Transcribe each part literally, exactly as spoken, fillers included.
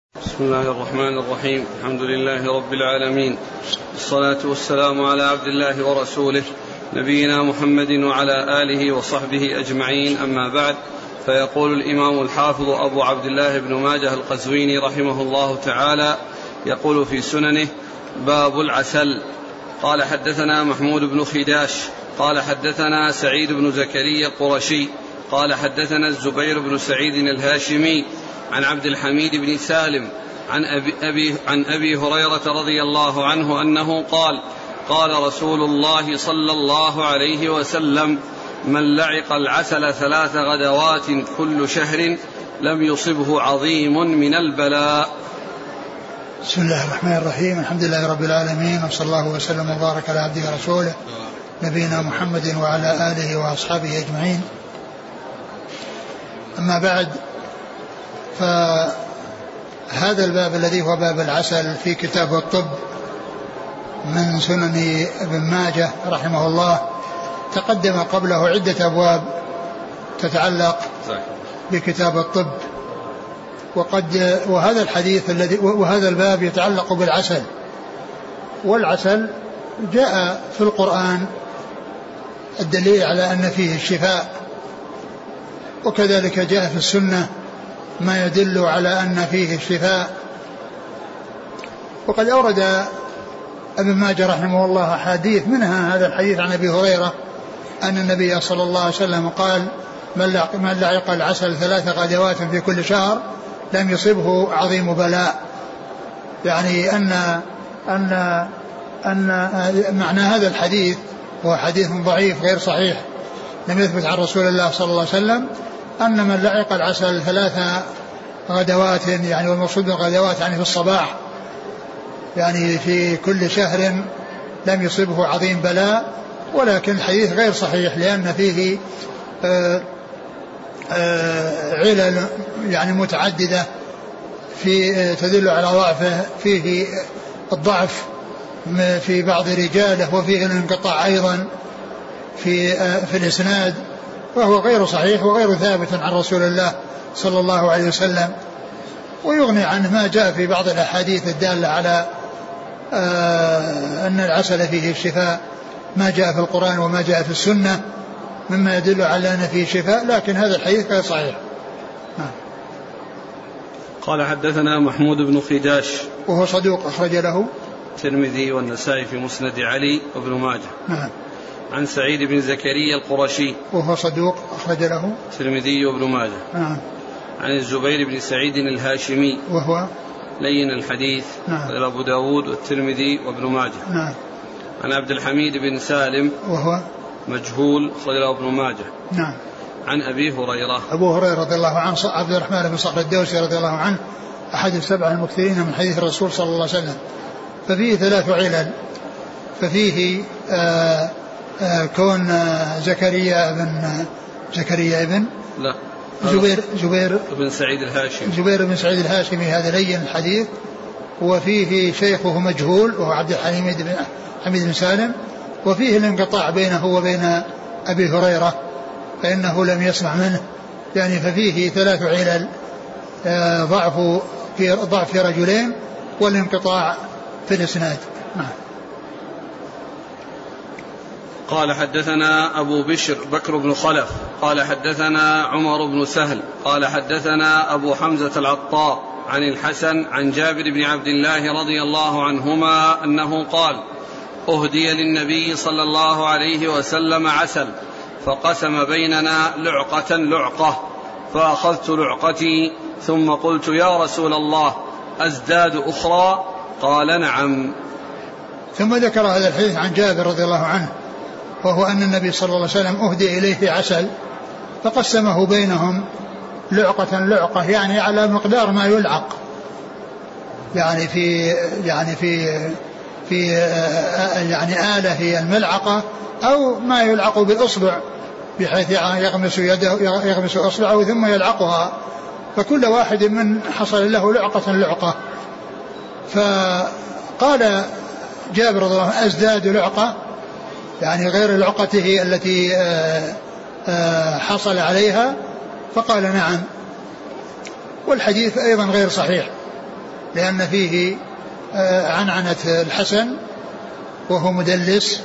بسم الله الرحمن الرحيم. الحمد لله رب العالمين، الصلاة والسلام على عبد الله ورسوله نبينا محمد وعلى آله وصحبه أجمعين، أما بعد. فيقول الإمام الحافظ أبو عبد الله بن ماجه القزويني رحمه الله تعالى، يقول في سننه: باب العسل. قال حدثنا محمود بن خداش قال حدثنا سعيد بن زكريا القرشي قال حدثنا الزبير بن سعيد الهاشمي عن عبد الحميد بن سالم عن أبي, أبي, عن أبي هريرة رضي الله عنه أنه قال: قال رسول الله صلى الله عليه وسلم: من لعق العسل ثلاث غدوات كل شهر لم يصبه عظيم من البلاء. بسم الله الرحمن الرحيم. الحمد لله رب العالمين، وصلى الله وسلم وبارك على عبده ورسوله نبينا محمد وعلى آله وأصحابه أجمعين، أما بعد. فهذا الباب الذي هو باب العسل في كتاب الطب من سنن ابن ماجه رحمه الله، تقدم قبله عدة أبواب تتعلق بكتاب الطب، وقد وهذا الحديث الذي وهذا الباب يتعلق بالعسل. والعسل جاء في القرآن الدليل على أن فيه الشفاء، وكذلك جاء في السنة ما يدل على أن فيه الشفاء. وقد أورد ابن ماجه رحمه الله حديث، منها هذا الحديث عن أبي هريرة أن النبي صلى الله عليه وسلم قال: من لعق العسل ثلاث غدوات في كل شهر لم يصبه عظيم بلاء. يعني أن أن أن معنى هذا الحديث هو حديث ضعيف غير صحيح، لم يثبت عن رسول الله صلى الله عليه وسلم أن من لعق العسل ثلاث غدوات، يعني والمقصود بالغدوات يعني في الصباح، يعني في كل شهر لم يصبه عظيم بلاء. ولكن الحديث غير صحيح لأن فيه آآ آآ علل يعني متعددة في تدل على ضعفه، فيه الضعف في بعض رجاله، وفيه الانقطاع أيضا في في الإسناد، وهو غير صحيح وغير ثابت عن رسول الله صلى الله عليه وسلم. ويغني عنه ما جاء في بعض الأحاديث الدالة على أن العسل فيه الشفاء، ما جاء في القرآن وما جاء في السنة مما يدل على أن فيه شفاء، لكن هذا الحديث غير صحيح. قال حدثنا محمود بن خداش وهو صدوق أخرج له الترمذي والنسائي في مسند علي وابن ماجه. نعم. عن سعيد بن زكريا القرشي وهو صدوق أخرج له الترمذي وابن ماجه. نعم. عن الزبير بن سعيد الهاشمي وهو لين الحديث. نعم. أبو داود والترمذي وابن ماجه. نعم. عن عبد الحميد بن سالم وهو مجهول أخرج له ابن ماجه. نعم. عن أبي هريرة أبو هريرة رضي الله عنه عبد الرحمن بن صخر الدوسي رضي الله عنه، أحد السبعة المكثرين من حديث الرسول صلى الله عليه وسلم. ففيه ثلاث علل، ففيه آآ آآ كون آآ زكريا بن زكريا بن لا زبير زبير بن سعيد الهاشمي زبير بن سعيد الهاشمي، هذا لين الحديث. وفيه شيخه مجهول وهو عبد الحميد بن حميد بن سالم. وفيه الانقطاع بينه وبين أبي هريرة فإنه لم يسمع منه، يعني ففيه ثلاث علل: ضعف في ضعف في رجلين، والانقطاع في الإسناد. نعم. قال حدثنا أبو بشر بكر بن خلف قال حدثنا عمر بن سهل قال حدثنا أبو حمزة العطار عن الحسن عن جابر بن عبد الله رضي الله عنهما أنه قال: أهدي للنبي صلى الله عليه وسلم عسل فقسم بيننا لعقة لعقة، فأخذت لعقتي ثم قلت: يا رسول الله أزداد أخرى؟ قال: نعم. ثم ذكر هذا الحديث عن جابر رضي الله عنه، وهو أن النبي صلى الله عليه وسلم أهدي إليه عسل فقسمه بينهم لعقة لعقة، يعني على مقدار ما يلعق، يعني في يعني في في يعني آلة هي الملعقة، أو ما يلعق بالأصبع بحيث يغمس يده يغمس أصبعه ثم يلعقها، فكل واحد من حصل له لعقة لعقة. فقال جابر رضي الله عنه: أزداد لعقة، يعني غير لعقته التي حصل عليها؟ فقال: نعم. والحديث أيضا غير صحيح، لأن فيه عنعنة الحسن وهو مدلس،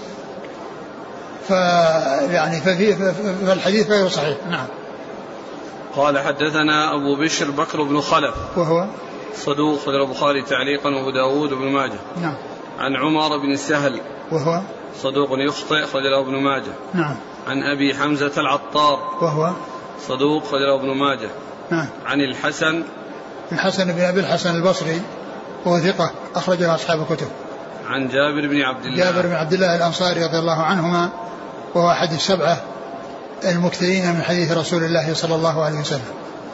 فيعني ففي فالحديث غير صحيح. نعم. قال حدثنا أبو بشر بكر بن خلف وهو صدوق خرج البخاري تعليقا وأبو داود وابن ماجه. نعم. عن عمر بن سهل وهو صدوق يخطئ خرج له ابن ماجه. نعم. عن أبي حمزة العطار وهو صدوق خرج له ابن ماجه. نعم. عن الحسن الحسن بن أبي الحسن البصري وهو ثقة أخرج له أصحاب الكتب. عن جابر بن عبد الله جابر بن عبد الله الأنصاري رضي الله عنهما وهو أحد السبعة المكثرين من حديث رسول الله صلى الله عليه وسلم.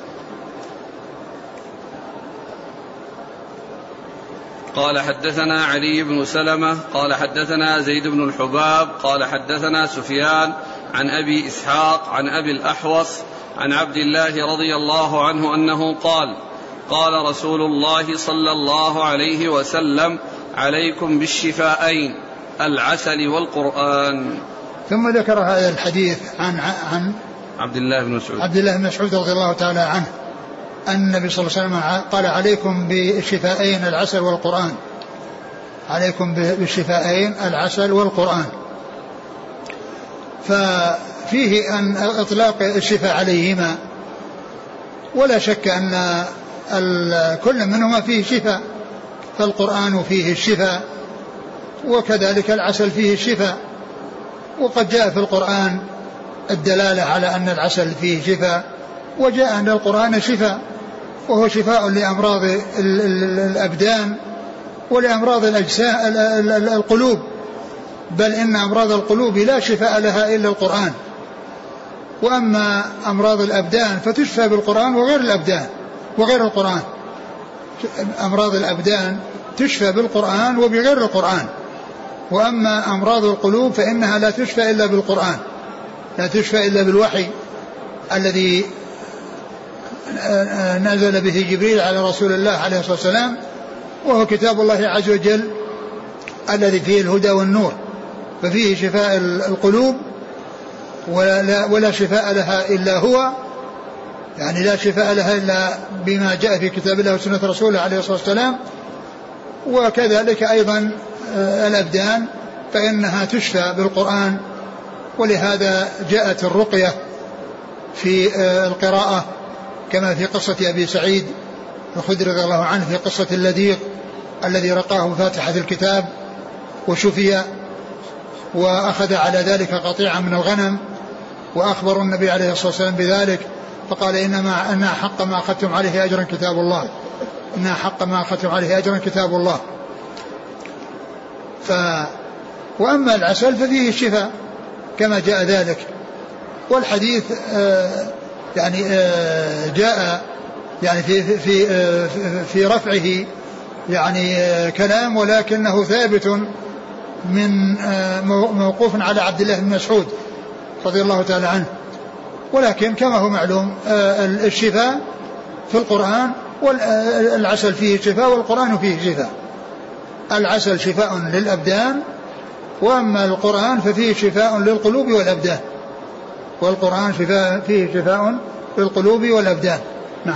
قال حدثنا علي بن سلمة قال حدثنا زيد بن الحباب قال حدثنا سفيان عن أبي إسحاق عن أبي الأحوص عن عبد الله رضي الله عنه أنه قال قال رسول الله صلى الله عليه وسلم عليكم بالشفاءين العسل والقرآن. ثم ذكر هذا الحديث عن عن عبد الله بن مسعود عبد الله بن مسعود رضي الله تعالى عنه أن النبي صلى الله عليه وسلم قال عليكم بالشفاءين العسل والقرآن، عليكم بالشفاءين العسل والقرآن. ففيه أن إطلاق الشفاء عليهما، ولا شك أن كل منهما فيه شفاء، فالقرآن فيه الشفاء وكذلك العسل فيه الشفاء. وقد جاء في القرآن الدلالة على أن العسل فيه شفاء، وجاء أن القرآن شفاء، وهو شفاء لأمراض الأبدان ولأمراض الأجسام القلوب، بل إن أمراض القلوب لا شفاء لها إلا القرآن، وأما أمراض الأبدان فتشفى بالقرآن وغير الأبدان وغير القرآن. أمراض الأبدان تشفى بالقرآن وبغير القرآن، وأما أمراض القلوب فإنها لا تشفى إلا بالقرآن، لا تشفى إلا بالوحي الذي نزل به جبريل على رسول الله عليه الصلاة والسلام، وهو كتاب الله عز وجل الذي فيه الهدى والنور، ففيه شفاء القلوب ولا, ولا شفاء لها إلا هو، يعني لا شفاء لها إلا بما جاء في كتاب الله وسنة رسوله عليه الصلاة والسلام. وكذلك أيضا الأبدان فإنها تشفى بالقرآن، ولهذا جاءت الرقية في القراءة كما في قصة أبي سعيد الخدري رضي الله عنه في قصة اللديق الذي رقاه فاتحة الكتاب وشفي، وأخذ على ذلك قطيعا من الغنم، وأخبر النبي عليه الصلاة والسلام بذلك، فقال إنما أن حق ما أخذتم عليه أجرا كتاب الله، إن حق ما أخذتم عليه أجرا كتاب الله. ف وأما العسل ففيه الشفاء كما جاء ذلك. والحديث آه يعني آه جاء يعني في في آه في رفعه يعني آه كلام، ولكنه ثابت من آه موقوف على عبد الله بن مسعود رضي الله تعالى عنه. ولكن كما هو معلوم آه الشفاء في القرآن، والعسل فيه شفاء والقرآن فيه شفاء. العسل شفاء للأبدان، وأما القرآن ففيه شفاء للقلوب والأبدان، والقرآن شفاء فيه شفاء للقلوب والأبدان. نعم.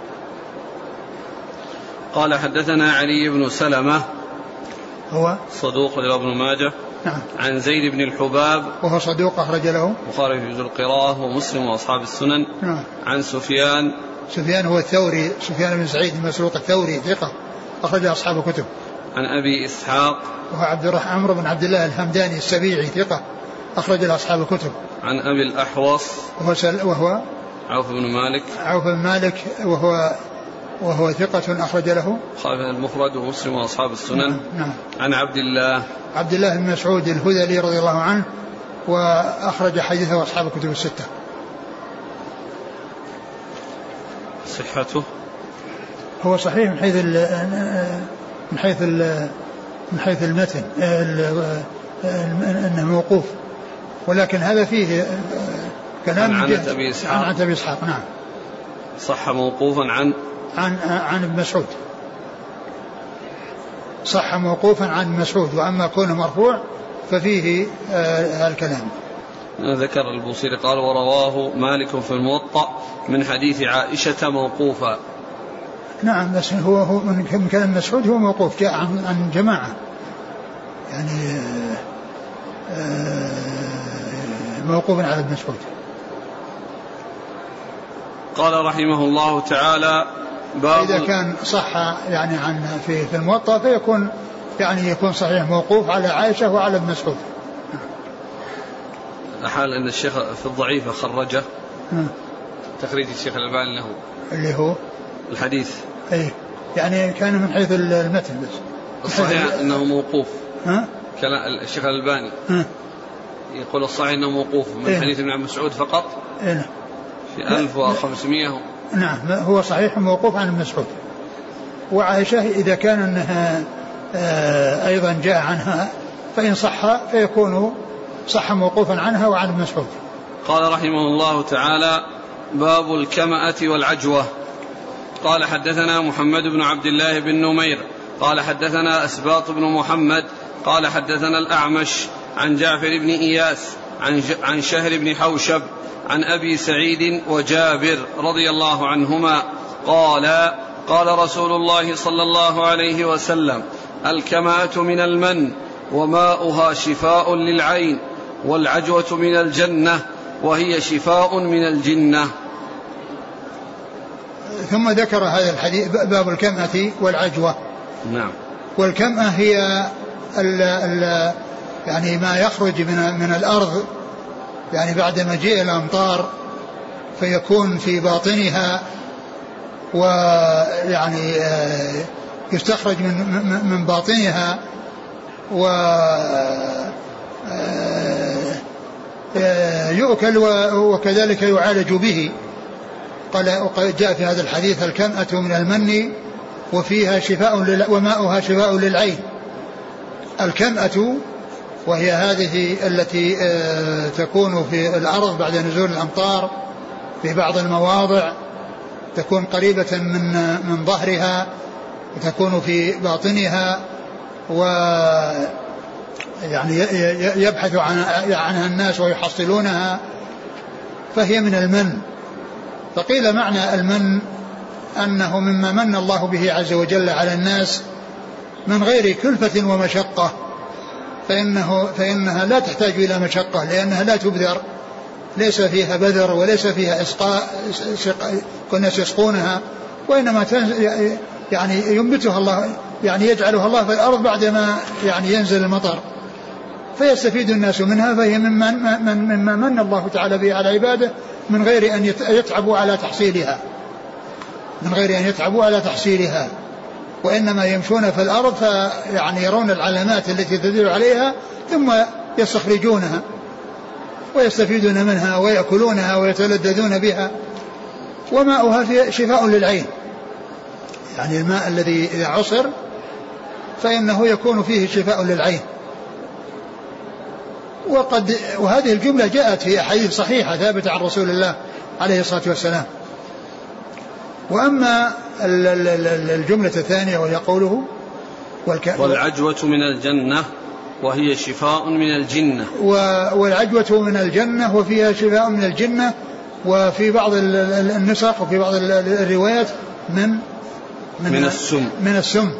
قال حدثنا علي بن سلمة هو صدوق له ابن ماجه. نعم. عن زيد بن الحباب وهو صدوق أخرج له البخاري في جزء القراءة ومسلم وأصحاب السنن. نعم. عن سفيان سفيان هو الثوري، سفيان بن سعيد المسروق الثوري ثقة أخرج أصحاب الكتب. عن أبي إسحاق وهو عبد الرحمن عمرو بن عبد الله الحمداني السبيعي ثقة أخرج أصحاب الكتب. عن أبي الأحوص وهو, وهو عوف بن مالك عوف بن مالك وهو وهو ثقة أخرج له خالف المفرد ومسلم وأصحاب السنن. نعم. نعم. عن عبد الله عبد الله بن مسعود الهذلي رضي الله عنه، وأخرج حديثه أصحاب الكتب الستة. صحته هو صحيح من حيث ال من حيث ال من حيث المتن انه موقوف، ولكن هذا فيه كلام عن أبي إسحاق. عن أبي إسحاق. نعم. صح موقوفا عن عن عن ابن مسعود، صح موقوفا عن مسعود، وأما كونه مرفوع ففيه آه الكلام. ذكر البوصيري قال ورواه مالك في الموطأ من حديث عائشة موقوفا. نعم بس هو, هو من كلام مسعود هو موقوف جاء عن, عن جماعة يعني موقوف على ابن مسعود. قال رحمه الله تعالى باب إذا كان صح يعني عن في في الموطأ فيكون يعني يكون صحيح موقوف على عائشة وعلى ابن مسعود. الحال أن الشيخ في الضعيفة خرجه تخريج الشيخ الألباني له اللي هو الحديث أي يعني كان من حيث المتن بس الصحيح أنه موقوف. ها كلام الشيخ الألباني ها يقول الصحيح أنه موقوف من إيه؟ حديث ابن عم مسعود فقط إيه؟ في ألف وخمسمائة. نعم هو صحيح موقوف عن ابن مسعود. وعائشة إذا كان أنها أيضا جاء عنها فإن صح فيكون صح موقوفا عنها وعن ابن مسعود. قال رحمه الله تعالى باب الكمأة والعجوة. قال حدثنا محمد بن عبد الله بن نمير قال حدثنا أسباط بن محمد قال حدثنا الأعمش عن جعفر بن إياس عن, عن شهر بن حوشب عن أبي سعيد وجابر رضي الله عنهما قال قال رسول الله صلى الله عليه وسلم الكمأة من المن وماؤها شفاء للعين والعجوة من الجنة وهي شفاء من الجنة. ثم ذكر هذا الحديث باب الكمأة والعجوة. نعم. والكمأة هي ال ال يعني ما يخرج من من الأرض يعني بعد مجيء الأمطار فيكون في باطنها ويعني يستخرج من من باطنها ويؤكل وكذلك يعالج به. قال جاء في هذا الحديث الكمأة من المن وفيها شفاء وماؤها شفاء للعين. الكمأة وهي هذه التي تكون في الأرض بعد نزول الأمطار في بعض المواضع تكون قريبة من من ظهرها وتكون في باطنها و يعني يبحث عنها الناس ويحصلونها فهي من المن. فقيل معنى المن أنه مما من الله به عز وجل على الناس من غير كلفة ومشقة فإنه فإنها لا تحتاج إلى مشقة لأنها لا تبذر ليس فيها بذر وليس فيها إسقاء كنا يسقونها وإنما يعني ينبتها الله يعني يجعلها الله في الأرض بعدما يعني ينزل المطر فيستفيد الناس منها فهي مما من, من, من, من الله تعالى به على عباده من غير أن يتعبوا على تحصيلها من غير أن يتعبوا على تحصيلها وإنما يمشون في الأرض فيعني يرون العلامات التي تدل عليها ثم يستخرجونها ويستفيدون منها ويأكلونها ويتلذذون بها. وماؤها شفاء للعين يعني الماء الذي إذا عصر فإنه يكون فيه شفاء للعين. وقد وهذه الجملة جاءت في أحاديث صحيحة ثابتة عن رسول الله عليه الصلاة والسلام. وأما الجملة الثانية وهي قوله والعجوة من الجنة وهي شفاء من الجنة والعجوة من الجنة وفيها شفاء من الجنة. وفي بعض النسخ وفي بعض الروايات من من, من السم من السم.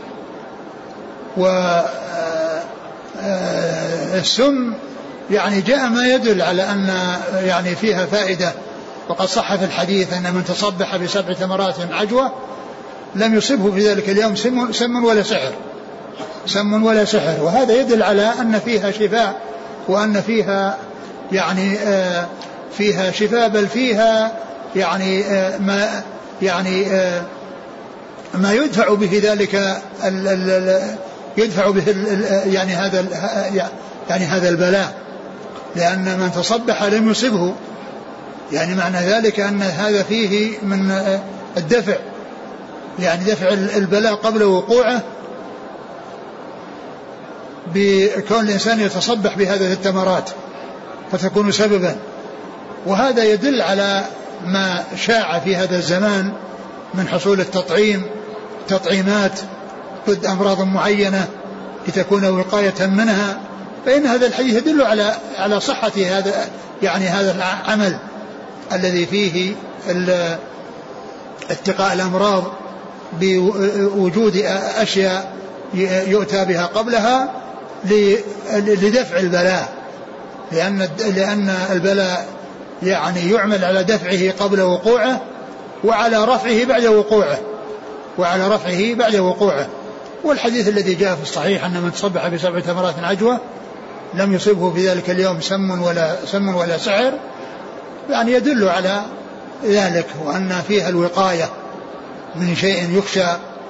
والسم يعني جاء ما يدل على أن يعني فيها فائدة. وقد صح في الحديث أن من تصبح بسبع ثمرات عجوة لم يصبه في ذلك اليوم سم, سم ولا سحر سم ولا سحر. وهذا يدل على أن فيها شفاء وأن فيها يعني آه فيها شفاء بل فيها يعني آه ما يعني آه ما يدفع به ذلك ال ال يدفع به ال يعني هذا يعني هذا البلاء لأن من تصبح لم يصبه يعني معنى ذلك أن هذا فيه من الدفع يعني دفع البلاء قبل وقوعه بكون الإنسان يتصبح بهذه التمرات فتكون سببا. وهذا يدل على ما شاع في هذا الزمان من حصول التطعيم تطعيمات ضد أمراض معينة لتكون وقاية منها. فإن هذا الحديث يدل على على صحة هذا يعني هذا العمل الذي فيه اتقاء الأمراض بوجود أشياء يؤتى بها قبلها لدفع البلاء، لأن لأن البلاء يعني يعمل على دفعه قبل وقوعه وعلى رفعه بعد وقوعه وعلى رفعه بعد وقوعه. والحديث الذي جاء في الصحيح أن من تصبح بسبع تمرات عجوة لم يصبه في ذلك اليوم سم ولا سم ولا سحر، يعني يدل على ذلك، وأن فيها الوقاية من شيء يخشى.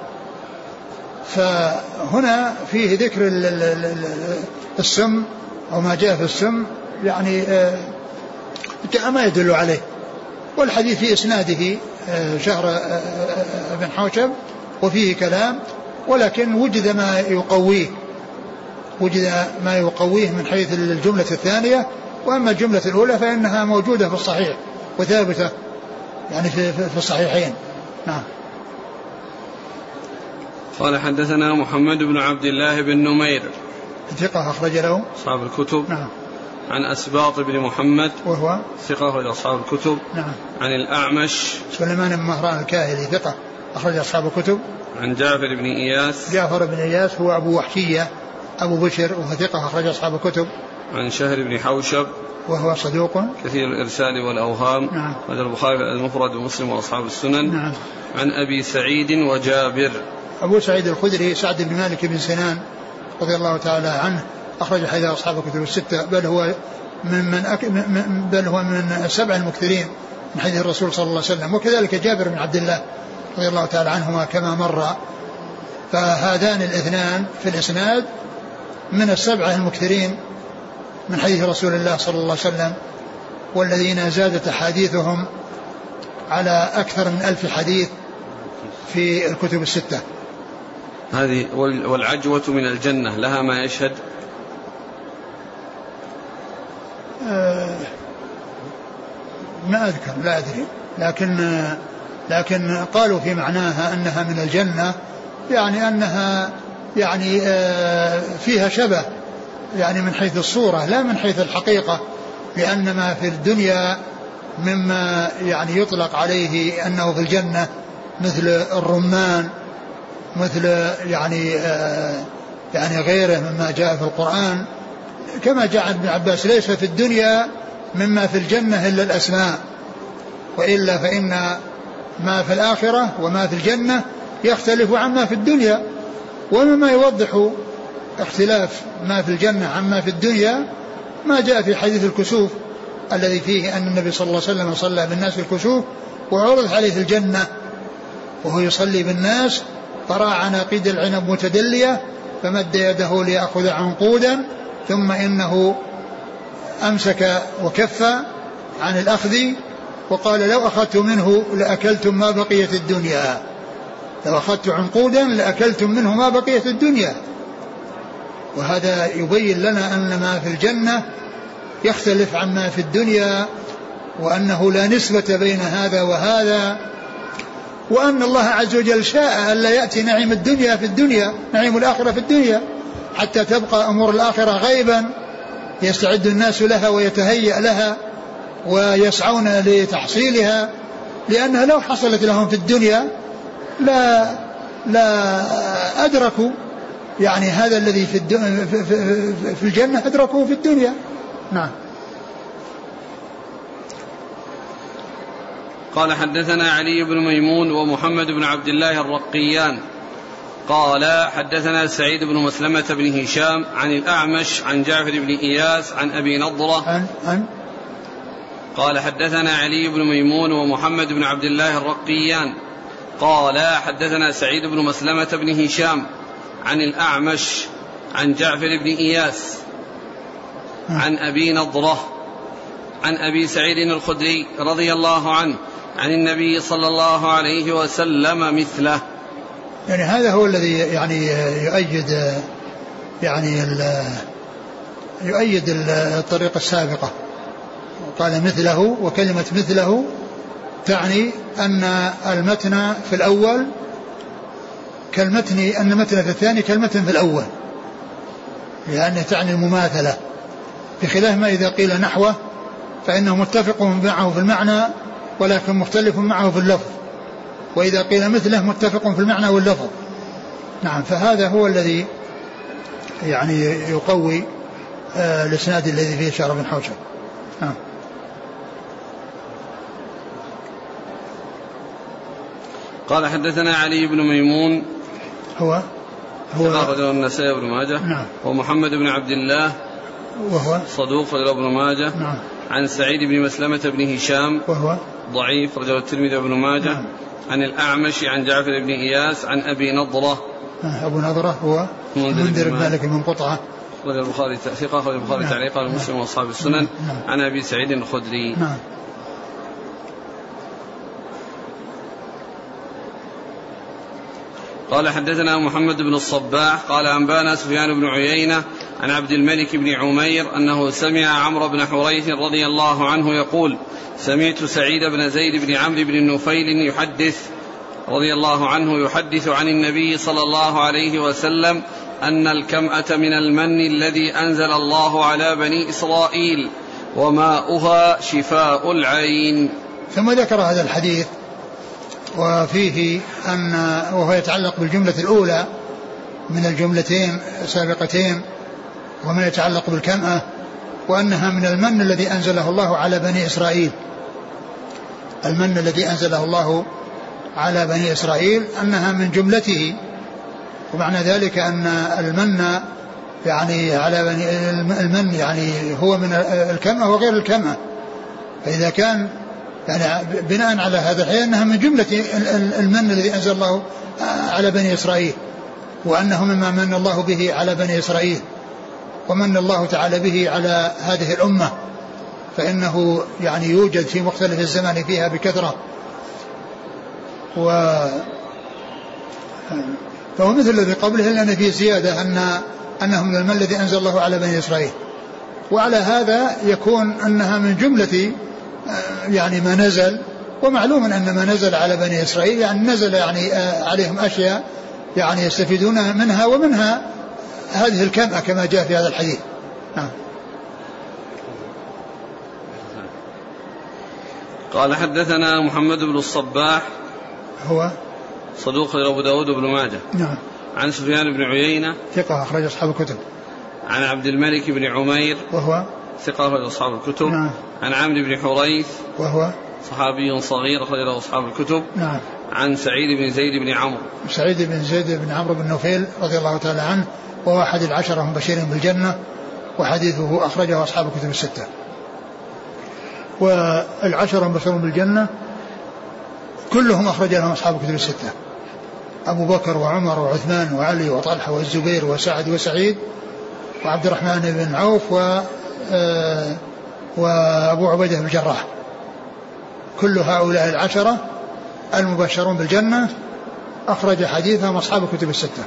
فهنا فيه ذكر السم أو ما جاء في السم يعني ما يدل عليه. والحديث في إسناده شهر بن حوشب وفيه كلام، ولكن وجد ما يقويه وجد ما يقويه من حيث الجملة الثانية. وأما الجملة الأولى فإنها موجودة في الصحيح وثابتة يعني في, في الصحيحين. نعم. قال حدثنا محمد بن عبد الله بن نمير ثقة أخرج له أصحاب الكتب. نعم. عن أسباط بن محمد وهو ثقة أخرج أصحاب الكتب. نعم. عن الأعمش سليمان بن مهران الكاهلي ثقة أخرج أصحاب الكتب. عن جعفر بن إياس جعفر بن إياس هو أبو وحشية أبو بشر وهو ثقة أخرج أصحاب الكتب. عن شهر بن حوشب وهو صدوق كثير الإرسال والأوهام. نعم. هذا البخاري المفرد ومسلم وأصحاب السنن. نعم. عن أبي سعيد وجابر أبو سعيد الخدري سعد بن مالك بن سنان رضي الله تعالى عنه أخرج حديث أصحاب الكتب الستة، بل هو من, من, أك من بل هو من السبع المكثرين من حديث الرسول صلى الله عليه وسلم. وكذلك جابر بن عبد الله رضي الله تعالى عنهما كما مر. فهذان الاثنان في الإسناد من السبعة المكثرين من حديث رسول الله صلى الله عليه وسلم، والذين زادت أحاديثهم على أكثر من ألف حديث في الكتب الستة. هذه والعجوة من الجنة لها ما يشهد؟ آه ما أذكر لا أدري، لكن لكن قالوا في معناها أنها من الجنة، يعني أنها يعني آه فيها شبه يعني من حيث الصورة لا من حيث الحقيقة، لأن ما في الدنيا مما يعني يطلق عليه أنه في الجنة مثل الرمان مثل يعني آه يعني غيره مما جاء في القرآن، كما جاء ابن عباس ليس في الدنيا مما في الجنة إلا الأسماء، وإلا فإن ما في الآخرة وما في الجنة يختلف عما في الدنيا. ومما يوضح اختلاف ما في الجنة عما في الدنيا ما جاء في حديث الكسوف الذي فيه أن النبي صلى الله عليه وسلم صلى بالناس الكسوف وعرض عليه الجنة وهو يصلي بالناس فرأى عناقيد العنب متدلية فمد يده ليأخذ عنقودا ثم إنه أمسك وكف عن الأخذ وقال لو أخذت منه لأكلتم ما بقية الدنيا، لو أخذت عنقودا لأكلتم منه ما بقية الدنيا. وهذا يبين لنا أن ما في الجنة يختلف عما في الدنيا، وأنه لا نسبة بين هذا وهذا، وأن الله عز وجل شاء ألا يأتي نعيم الدنيا في الدنيا نعيم الآخرة في الدنيا حتى تبقى أمور الآخرة غيبا يستعد الناس لها ويتهيأ لها ويسعون لتحصيلها، لأنها لو حصلت لهم في الدنيا لا لا أدركوا يعني هذا الذي في, في, في, في الجنة أدركوه في الدنيا. نعم. قال حدثنا علي بن ميمون ومحمد بن عبد الله الرقيان قال حدثنا سعيد بن مسلمة بن هشام عن الأعمش عن جعفر بن إياس عن أبي نضرة عن عن قال حدثنا علي بن ميمون ومحمد بن عبد الله الرقيان قال حدثنا سعيد بن مسلمة بن هشام عن الأعمش عن جعفر بن إياس عن أبي نضرة عن أبي سعيد الخدري رضي الله عنه عن النبي صلى الله عليه وسلم مثله. يعني هذا هو الذي يعني يؤيد يعني يؤيد الطريقة السابقة، قال مثله، وكلمة مثله تعني أن المتن في الأول كالمتن أن المتن في الثاني كالمتن في الأول، لأنه تعني المماثلة، بخلاف ما إذا قيل نحوه فإنه متفق معه في المعنى ولكن مختلف معه في اللفظ. وإذا قيل مثله متفق في المعنى واللفظ. نعم. فهذا هو الذي يعني يقوي آه الإسناد الذي فيه شهر بن حوشب. نعم. قال حدثنا علي بن ميمون هو هو أخرجه النسائي بن ماجه. نعم. ومحمد بن عبد الله وهو صدوق أخرجه ابن ماجه. نعم. عن سعيد بن مسلمة بن هشام وهو ضعيف أخرجه الترمذي وابن ماجه. نعم. عن الأعمش عن جعفر بن إياس عن أبي نضرة. أبو نضرة هو منذر بن مالك من قطعة أخرج البخاري ثقة أخرج البخاري تعليقا ومسلم وأصحاب السنن. نعم. عن أبي سعيد الخدري. نعم. قال حدثنا محمد بن الصباح قال أنبانا سفيان بن عيينة عن عبد الملك بن عمير أنه سمع عمرو بن حريث رضي الله عنه يقول سمعت سعيد بن زيد بن عمرو بن النفيل يحدث رضي الله عنه يحدث عن النبي صلى الله عليه وسلم أن الكمأة من المن الذي أنزل الله على بني إسرائيل وماؤها شفاء العين. ثم ذكر هذا الحديث وفيه أن وهو يتعلق بالجملة الأولى من الجملتين السابقتين ومن يتعلق بالكمأة وأنها من المن الذي أنزله الله على بني إسرائيل. المن الذي أنزله الله على بني إسرائيل أنها من جملته، ومعنى ذلك أن المن يعني على بني المن يعني هو من الكمأة وغير الكمأة. فإذا كان يعني بناء على هذا الحين أنها من جملة المن الذي أنزل الله على بني إسرائيل، وأنه مما من الله به على بني إسرائيل ومن الله تعالى به على هذه الأمة، فإنه يعني يوجد في مختلف الزمان فيها بكثرة. و فهو مثل الذي قبله لأن فيه زيادة أن أنه من المن الذي أنزل الله على بني إسرائيل، وعلى هذا يكون أنها من جملة يعني ما نزل. ومعلوم أن ما نزل على بني إسرائيل يعني نزل يعني عليهم أشياء يعني يستفيدون منها، ومنها هذه الكمأة كما جاء في هذا الحديث. نعم. قال حدثنا محمد بن الصباح هو صدوق أبو داود بن ماجه. نعم. عن سفيان بن عيينة ثقة أخرج أصحاب الكتب. عن عبد الملك بن عمير وهو ثقة أخرج أصحاب الكتب. نعم. عن عمرو بن حريث وهو صحابي صغير أخرج له أصحاب الكتب. نعم. عن سعيد بن زيد بن عمرو سعيد بن زيد بن عمرو بن نفيل رضي الله تعالى عنه، وهو أحد العشرة المبشرين بالجنة، وحديثه أخرجه أصحاب الكتب الستة. والعشرة المبشرون بالجنة كلهم أخرج لهم أصحاب الكتب الستة، أبو بكر وعمر وعثمان وعلي وطلحة والزبير وسعد وسعيد وعبد الرحمن بن عوف و وأبو عبيدة بن الجراح. كل هؤلاء العشرة المبشرون بالجنة أخرج حديثهم أصحاب الكتب الستة.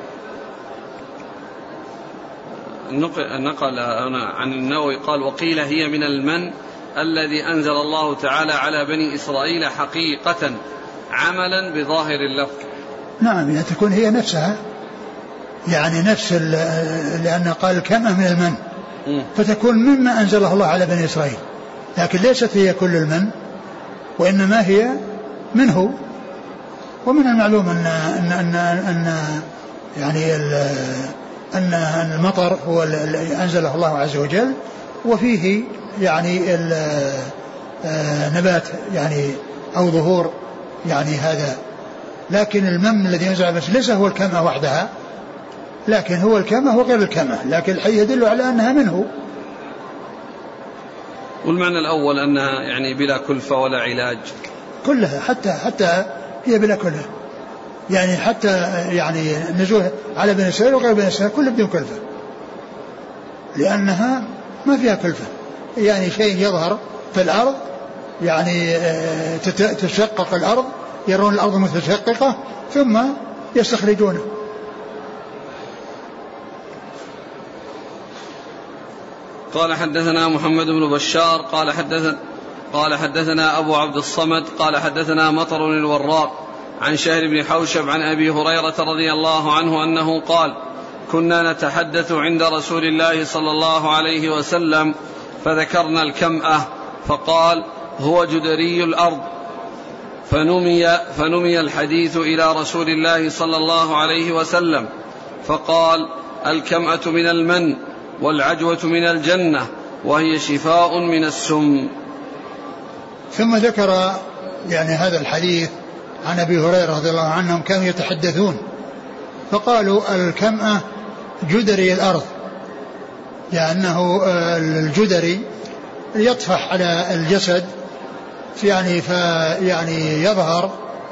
نقل عن النووي قال وقيل هي من المن الذي أنزل الله تعالى على بني إسرائيل حقيقة عملا بظاهر اللفظ. نعم، يعني تكون هي نفسها يعني نفس لأن قال كما من المن فتكون مما أنزله الله على بني إسرائيل، لكن ليست هي كل المن وإنما هي منه. ومن المعلوم أن أن أن, أن يعني أن المطر هو الذي أنزله الله عز وجل، وفيه يعني نبات يعني أو ظهور يعني هذا. لكن المن الذي ينزل بس ليس هو الكمة وحدها، لكن هو الكمة وغير الكمة، لكن الحديث يدل على أنها منه. والمعنى الأول أنها يعني بلا كلفة ولا علاج كلها، حتى حتى هي بلا كلفة، يعني حتى يعني نزول على بني إسرائيل وغير بني إسرائيل كله بدون كلفة، لأنها ما فيها كلفة. يعني شيء يظهر في الأرض يعني تشقق الأرض، يرون الأرض متشققة ثم يستخرجونه. قال حدثنا محمد بن بشار قال حدثنا قال حدثنا أبو عبد الصمد قال حدثنا مطر الوراق عن شهر بن حوشب عن أبي هريرة رضي الله عنه أنه قال كنا نتحدث عند رسول الله صلى الله عليه وسلم فذكرنا الكمأة فقال هو جدري الأرض فنمي, فنمي الحديث إلى رسول الله صلى الله عليه وسلم فقال: الكمأة من المن والعجوة من الجنة وهي شفاء من السم. ثم ذكر يعني هذا الحديث عن أبي هريرة رضي الله عنهم كانوا يتحدثون فقالوا: الكمأة جدري الأرض، لأنه الجدري يطفح على الجسد يعني فيعني يظهر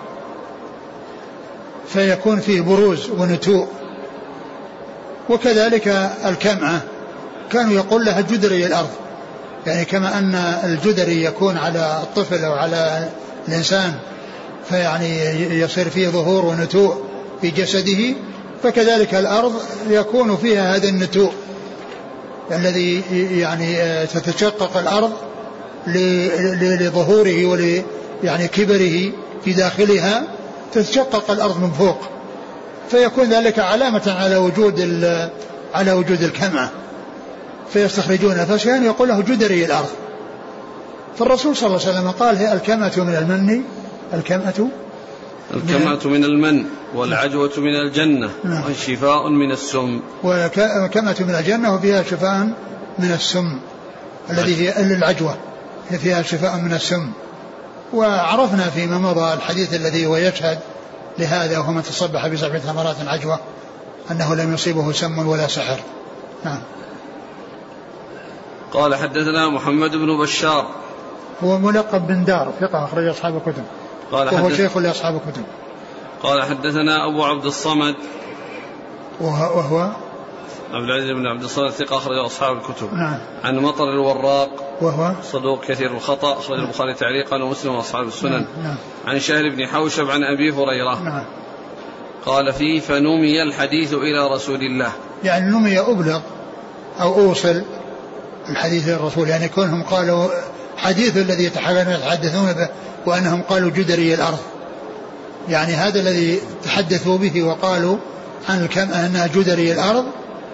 فيكون فيه بروز ونتوء. وكذلك الكمأة كانوا يقول لها جدري الأرض، يعني كما أن الجدري يكون على الطفل أو على الإنسان فيعني يصير فيه ظهور ونتوء في جسده، فكذلك الأرض يكون فيها هذا النتوء الذي يعني تتشقق الأرض لظهوره ول يعني كبره في داخلها، تتشقق الأرض من فوق، فيكون ذلك علامة على وجود على وجود الكمأة، فيستخرجونها فشيئا يقول له جدري الأرض. فالرسول صلى الله عليه وسلم قال: هي الكمأة من المن الكمأة الكمأة من المن والعجوة من الجنة وشفاء من السم. والكمأة من الجنة وفيها شفاء من السم الذي هي العجوة، هي فيها شفاء من السم. وعرفنا فيما مضى الحديث الذي هو يشهد لهذا، وهو من تصبح بسبع ثمرات عجوة أنه لم يصيبه سم ولا سحر. نعم. قال: حدثنا محمد بن بشار، هو ملقب بن دار، ثقة أخرج أصحاب الكتب، وهو شيخ لأصحاب الكتب. قال: حدثنا أبو عبد الصمد، وهو, وهو عبد العزيز بن عبد الصمد، ثقة أخرج أصحاب الكتب. نعم. عن مطر الوراق، وهو صدوق كثير الخطأ، أخرج البخاري تعليقا ومسلم وأصحاب السنن. نعم. نعم. عن شهر بن حوشب عن أبي هريرة. نعم. قال فيه: فنمي الحديث إلى رسول الله، يعني نمي أبلغ أو أوصل الحديث إلى الرسول، يعني كونهم قالوا حديث الذي يتحدثون به وأنهم قالوا جدري الأرض، يعني هذا الذي تحدثوا به وقالوا عن الكمأة أنها جدري الأرض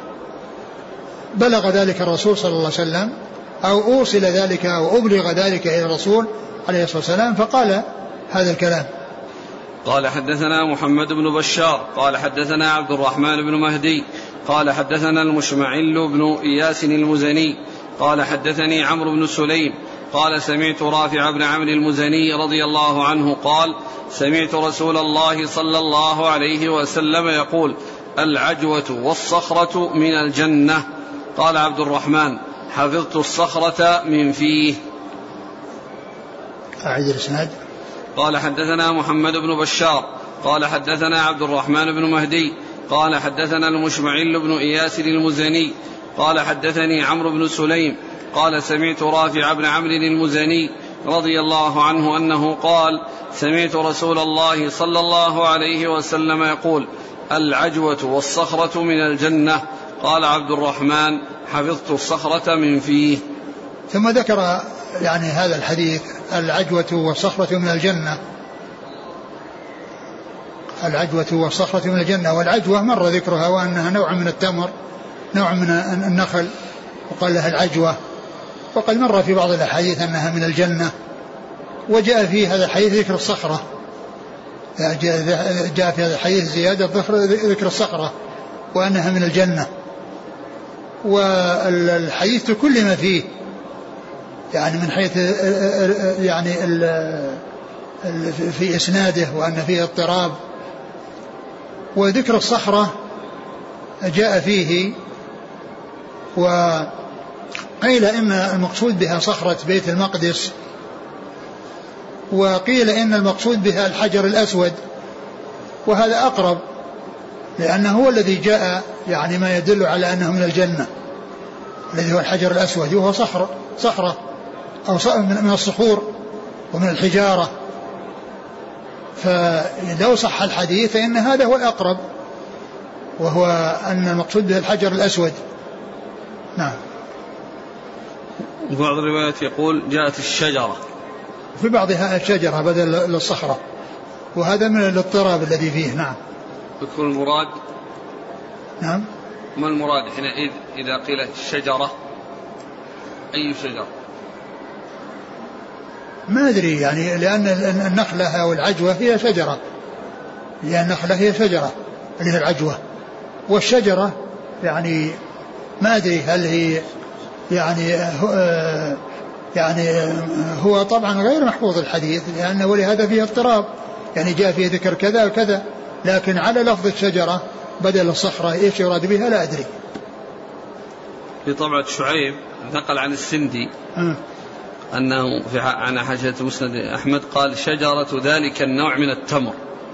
بلغ ذلك الرسول صلى الله عليه وسلم، أو أوصل ذلك أو أبلغ ذلك إلى الرسول عليه الصلاة والسلام فقال هذا الكلام. قال: حدثنا محمد بن بشار قال: حدثنا عبد الرحمن بن مهدي قال: حدثنا المشمعل بن إياس المزني قال: حدثني عمرو بن سليم قال: سمعت رافع بن عمرو المزني رضي الله عنه قال: سمعت رسول الله صلى الله عليه وسلم يقول: العجوة والصخرة من الجنة. قال عبد الرحمن: حفظت الصخرة من فيه. أعيد الإسناد. قال: حدثنا محمد بن بشار قال: حدثنا عبد الرحمن بن مهدي قال: حدثنا المشمعل بن إياس المزني قال: حدثني عمرو بن سليم قال: سمعت رافع بن عمرو المزني رضي الله عنه أنه قال: سمعت رسول الله صلى الله عليه وسلم يقول: العجوة والصخرة من الجنة. قال عبد الرحمن: حفظت الصخرة من فيه. ثم ذكر يعني هذا الحديث: العجوة والصخرة من الجنة، العجوة والصخرة من الجنة. والعجوة مر ذكرها وأنها نوع من التمر، نوع من النخل، وقال لها العجوة. وقد مر في بعض الأحاديث أنها من الجنة، وجاء في هذا الحديث ذكر الصخرة، جاء في هذا الحديث زيادة ذكر الصخرة وأنها من الجنة. والحديث تكلم فيه يعني من حيث يعني في إسناده وأن فيه اضطراب. وذكر الصخرة جاء فيه، وقيل إن المقصود بها صخرة بيت المقدس، وقيل إن المقصود بها الحجر الأسود، وهذا أقرب لأنه هو الذي جاء يعني ما يدل على أنه من الجنة، الذي هو الحجر الأسود، وهو صخرة صخرة أو من الصخور ومن الحجارة. فلو صح الحديث فإن هذا هو الأقرب، وهو أن المقصود به الحجر الأسود. نعم. بعض الروايات يقول جاءت الشجرة، في بعضها الشجرة بدل الصخرة، وهذا من الاضطراب الذي فيه. نعم. يكون المراد. نعم. ما المراد حينئذ إذا قيلت الشجرة؟ أي شجرة؟ ما أدري يعني، لأن النخلة أو العجوة هي شجرة، لأن النخلة هي شجرة اللي هي العجوة، والشجرة يعني ما أدري هل هي يعني يعني هو طبعا غير محفوظ الحديث، لأنه ولهذا فيه اضطراب، يعني جاء فيه ذكر كذا وكذا، لكن على لفظ الشجرة بدل الصخرة إيش يراد بها لا أدري. في طبعة شعيب نقل عن السندي م. أنه في عن حاشية مسند أحمد قال شجرة ذلك النوع من التمر،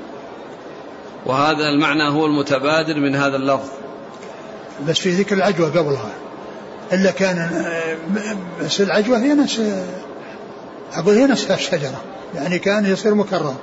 وهذا المعنى هو المتبادر من هذا اللفظ، بس في ذكر العجوة قبلها، إلا كان بس العجوة هي نفس، أقول هي نفس الشجرة، يعني كان يصير مكرر.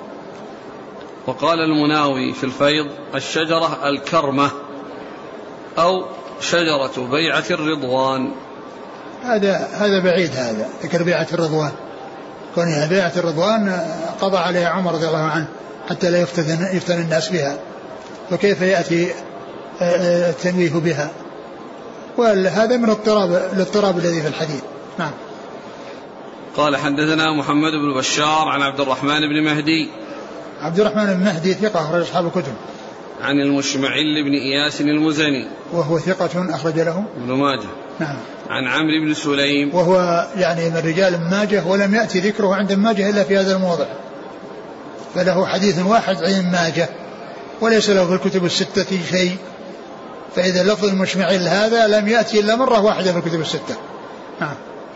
وقال المناوي في الفيض الشجرة الكرمة أو شجرة بيعة الرضوان. هذا هذا بعيد، هذا ذكر بيعة الرضوان، كونها بيعة الرضوان قضى عليها عمر رضي الله عنه حتى لا يفتن, يفتن الناس بها، وكيف يأتي التنويه بها، وهذا من الاضطراب الاضطراب الذي في الحديث. نعم. قال حدثنا محمد بن بشار عن عبد الرحمن بن مهدي. عبد الرحمن بن مهدي ثقة أخرج أصحاب الكتب. عن المشمعل بن إياس المزني وهو ثقة أخرج له ابن ماجه. نعم. عن عمرو بن سليم وهو يعني من رجال ابن ماجه، ولم يأتي ذكره عند ابن ماجه إلا في هذا الموضع، فله حديث واحد عن ابن ماجه وليس له في الكتب الستة شيء، فإذا لفظ المشمعل هذا لم يأتي إلا مرة واحدة في الكتب الستة. نعم.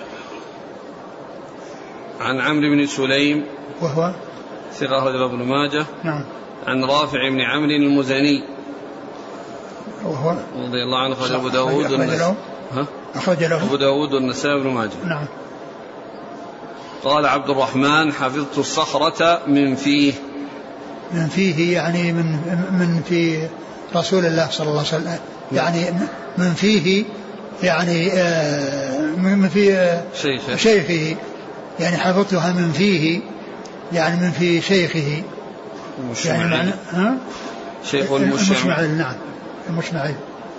عن عمرو بن سليم وهو ثقة أخرج له ابن ماجه. نعم. عن رافع بن عمرو المزني وهو رضي الله عنه أخرج أبو داود أخرج له أبو داود والنسائي بن ماجه. نعم. قال عبد الرحمن حفظت الصخرة من فيه. من فيه يعني من من في رسول الله صلى الله عليه وسلم، يعني من فيه يعني من في شيخه شيخه، يعني حفظتها من فيه يعني من في شيخه، يعني معنى ها شيخ المشمعل. نعم المشمعل.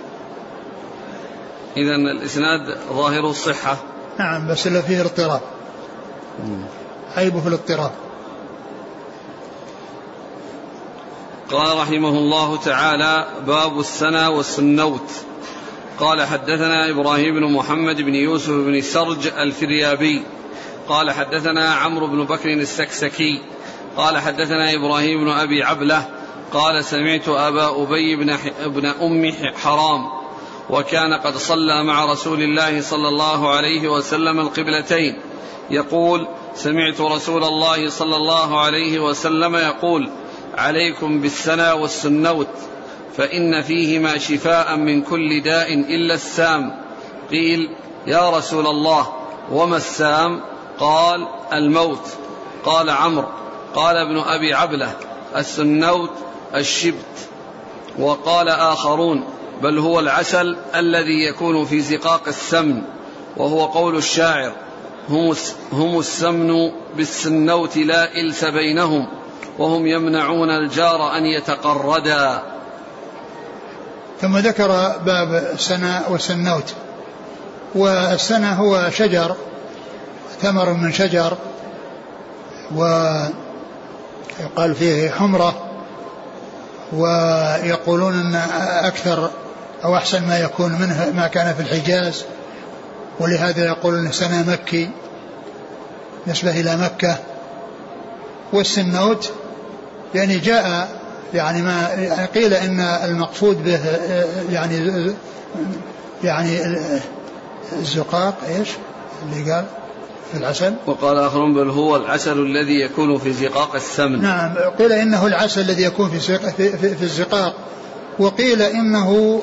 إذن الإسناد ظاهر الصحة. نعم، بس اللي فيه الاضطراب، عيبه في الاضطراب. قال رحمه الله تعالى باب السنى والسنوت. قال حدثنا إبراهيم بن محمد بن يوسف بن سرج الفريابي قال حدثنا عمرو بن بكر السكسكي قال حدثنا إبراهيم بن أبي عبلة قال سمعت أبا أبي بن, بن أم حرام وكان قد صلى مع رسول الله صلى الله عليه وسلم القبلتين يقول سمعت رسول الله صلى الله عليه وسلم يقول عليكم بالسنى والسنوت فإن فيهما شفاء من كل داء إلا السام. قيل يا رسول الله وما السام؟ قال الموت. قال عمرو قال ابن أبي عبلة السنوت الشبت. وقال آخرون بل هو العسل الذي يكون في زقاق السمن، وهو قول الشاعر هم السمن بالسنوت لا إلس بينهم وهم يمنعون الجار أن يتقردا. ثم ذكر باب السنى والسنوت. والسنى هو شجر، ثمر من شجر، ويقال فيه حمرة، ويقولون أن أكثر أو أحسن ما يكون منه ما كان في الحجاز، ولهذا يقولون سنى مكي نسبة إلى مكة. والسنوت يعني جاء يعني ما قيل إن المقصود به يعني يعني الزقاق إيش اللي قال في العسل. وقال آخرون بل هو العسل الذي يكون في زقاق السمن. نعم، قيل إنه العسل الذي يكون في في, في, في الزقاق، وقيل إنه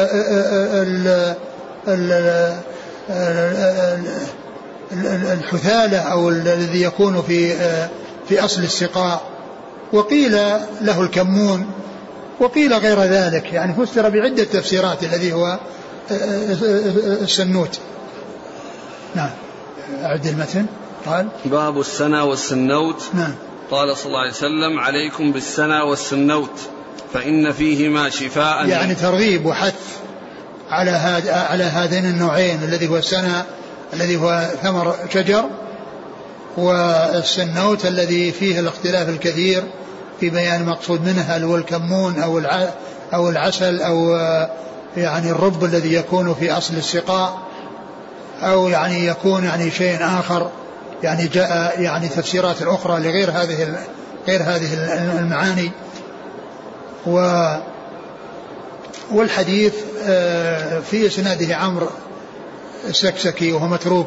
الحثالة أو الذي يكون في في أصل السقاء، وقيل له الكمون، وقيل غير ذلك، يعني فسر بعدة تفسيرات الذي هو السنوت. نعم. أعد المتن. قال باب السنى والسنوت. نعم. قال صلى الله عليه وسلم عليكم بالسنى والسنوت فإن فيهما شفاء، يعني ترغيب وحث على هاد على هذين النوعين، الذي هو السنى الذي هو ثمر شجر، والسنوت الذي فيه الاختلاف الكثير في بيان المقصود منه، هل هو الكمون أو أو العسل أو يعني الرب الذي يكون في أصل السقاء، أو يعني يكون يعني شيء آخر، يعني جاء يعني تفسيرات أخرى لغير هذه غير هذه المعاني. و والحديث في إسناده عمرو السكسكي وهو متروك،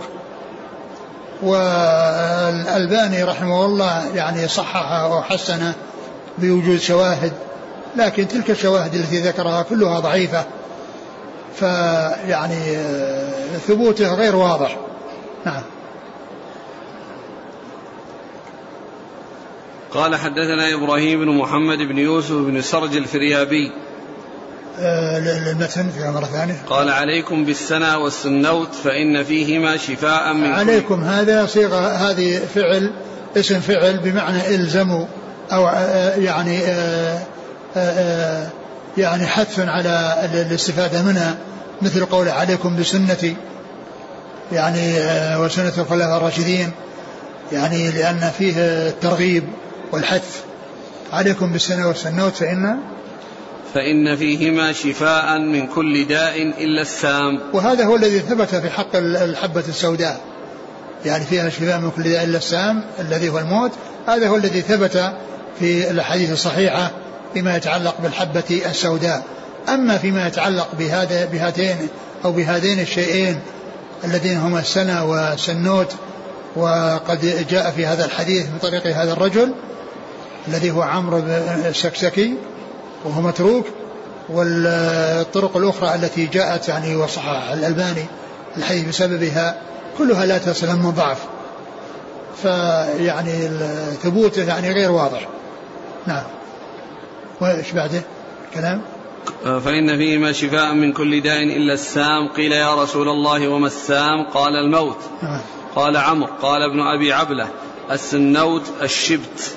والألباني رحمه الله يعني صححه وحسنه بوجود شواهد، لكن تلك الشواهد التي ذكرها كلها ضعيفة، فيعني ثبوته غير واضح. نعم. قال حدثنا إبراهيم بن محمد بن يوسف بن سرج الفريابي. المتن في مرة ثانية. قال عليكم بالسنا والسنوت فإن فيهما شفاء من عليكم كل... هذا صيغة، هذه فعل اسم فعل بمعنى الزموا، أو يعني يعني حث على الاستفادة منها، مثل قول عليكم بسنتي يعني وسنة الخلفاء الراشدين، يعني لأن فيه الترغيب والحث. عليكم بالسنة والسنوت فإن فإن فيهما شفاء من كل داء إلا السام. وهذا هو الذي ثبت في حق الحبة السوداء، يعني فيها شفاء من كل داء إلا السام الذي هو الموت. هذا هو الذي ثبت في الحديث الصحيحة فيما يتعلق بالحبة السوداء. أما فيما يتعلق بهذا بهاتين أو بهذين الشيئين الذين هما السنة والسنوت، وقد جاء في هذا الحديث من طريق هذا الرجل الذي هو عمرو السكسكي وهو متروك، والطرق الأخرى التي جاءت يعني وصحح الألباني الحديث بسببها كلها لا تسلم من ضعف، فيعني ثبوته يعني غير واضح. نعم. وإيش بعده كلام؟ فإن فيهما شفاء من كل داء إلا السام. قيل يا رسول الله وما السام؟ قال الموت. نعم. قال عمرو قال ابن أبي عبلة السنوت الشبت.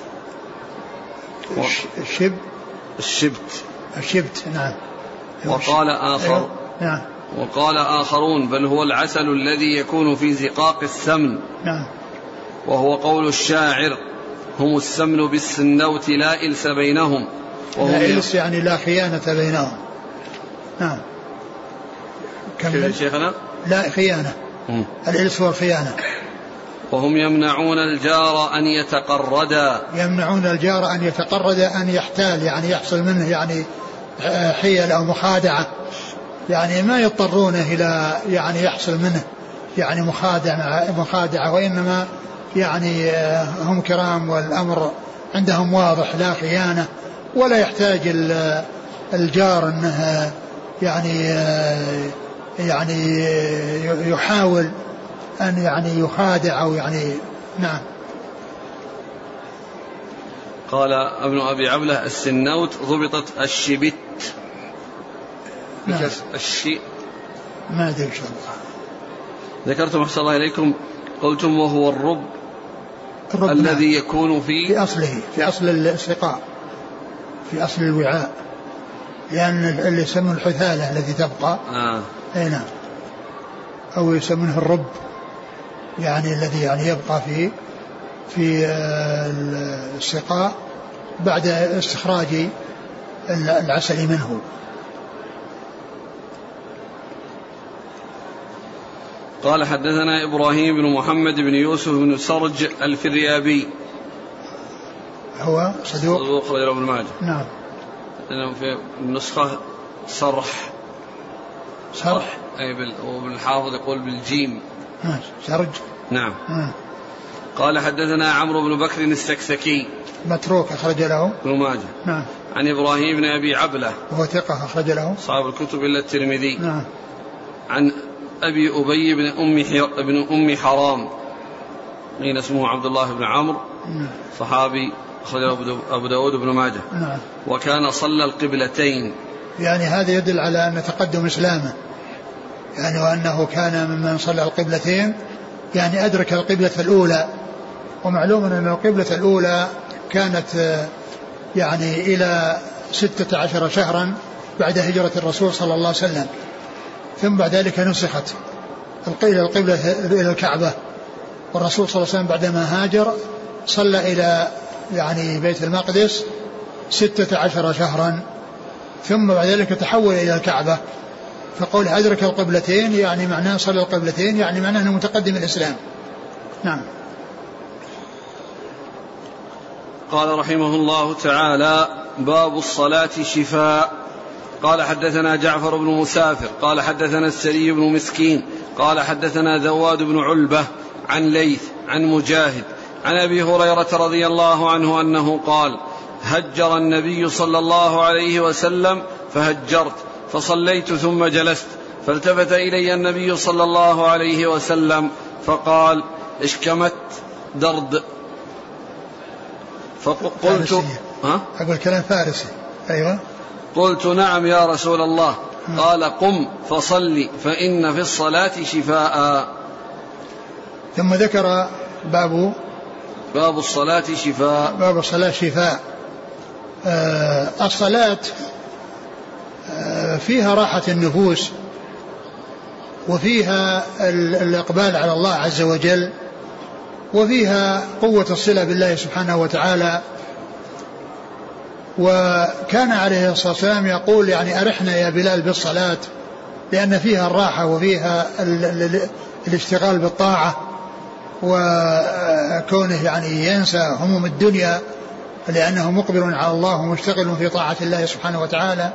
الشب الشبت الشبت. نعم. وقال آخر نعم. وقال آخرون بل هو العسل الذي يكون في زقاق السمن. نعم. وهو قول الشاعر هم السمن بالسنوت لا إلس بينهم. لا إلس يعني لا خيانة بينهم. نعم. كمل شيخنا. لا خيانة. م. الإلس هو الخيانة. وهم يمنعون الجار أن يتقردا. يمنعون الجار أن يتقرد، أن يحتال يعني يحصل منه يعني حيل أو مخادعة، يعني ما يضطرونه إلى يعني يحصل منه يعني مخادعة مخادعة وإنما يعني هم كرام والأمر عندهم واضح لا خيانة، ولا يحتاج الجار أنه يعني يعني يحاول أن يعني يخادع أو يعني. نعم. قال ابن أبي عبلة السنوت ضبطت الشبت. نعم. الشيء ما أدري إن شاء الله. ذكرتم أحسن الله إليكم قلتم وهو الرب, الرب الذي يكون في في أصله في أصل السقاء في أصل الوعاء، لأن اللي يسمونه الحثالة التي تبقى آه. أي نعم، أو يسمونه الرب يعني الذي يعني يبقى في في السقاء بعد استخراج العسل منه. قال حدثنا إبراهيم بن محمد بن يوسف بن سرج الفريابي هو صدوق صدوق أخرجه ابن ماجه. نعم. في النسخة صرح صرح أي بال... وبالحافظ يقول بالجيم سرج. نعم. آه. قال حدثنا عمرو بن بكر السكسكي متروك أخرج له ابن ماجه. نعم. عن إبراهيم بن أبي عبلة وهو ثقة أخرج له صاحب الكتب إلا الترمذي. نعم. عن أبي أبي بن أم بن أم حرام قيل اسمه عبد الله بن عمرو صحابي أخرجه أبو داود بن ماجه. نعم. وكان صلى القبلتين، يعني هذا يدل على أن تقدم إسلامه، يعني وأنه كان ممن صلى القبلتين، يعني أدرك القبلة الأولى. ومعلوم أن القبلة الأولى كانت يعني إلى ستة عشر شهرا بعد هجرة الرسول صلى الله عليه وسلم، ثم بعد ذلك نسخت القبلة إلى الكعبة، والرسول صلى الله عليه وسلم بعدما هاجر صلى إلى يعني بيت المقدس ستة عشر شهرا، ثم بعد ذلك تحول إلى الكعبة. فقول أدرك القبلتين يعني معناه صلى القبلتين، يعني معناه أنه متقدم الإسلام. نعم. قال رحمه الله تعالى: باب الصلاة شفاء. قال حدثنا جعفر بن مسافر قال حدثنا السري بن مسكين قال حدثنا ذواد بن علبة عن ليث عن مجاهد عن أبي هريرة رضي الله عنه أنه قال: هجر النبي صلى الله عليه وسلم فهجرت فصليت ثم جلست، فالتفت إلي النبي صلى الله عليه وسلم فقال: اشكمت درد. فقلت ها؟ أقول كلام فارسي. أيوة. قلت: نعم يا رسول الله. قال: قم فصل فإن في الصلاة شفاء. ثم ذكر باب باب الصلاة شفاء. باب الصلاة شفاء. آه الصلاة آه فيها راحة النفوس، وفيها الإقبال على الله عز وجل، وفيها قوة الصلة بالله سبحانه وتعالى. وكان عليه الصلاة والسلام يقول يعني أرحنا يا بلال بالصلاة، لأن فيها الراحة وفيها ال ال الاشتغال بالطاعة، وكونه يعني ينسى هموم الدنيا لأنه مقبل على الله ومشتغل في طاعة الله سبحانه وتعالى.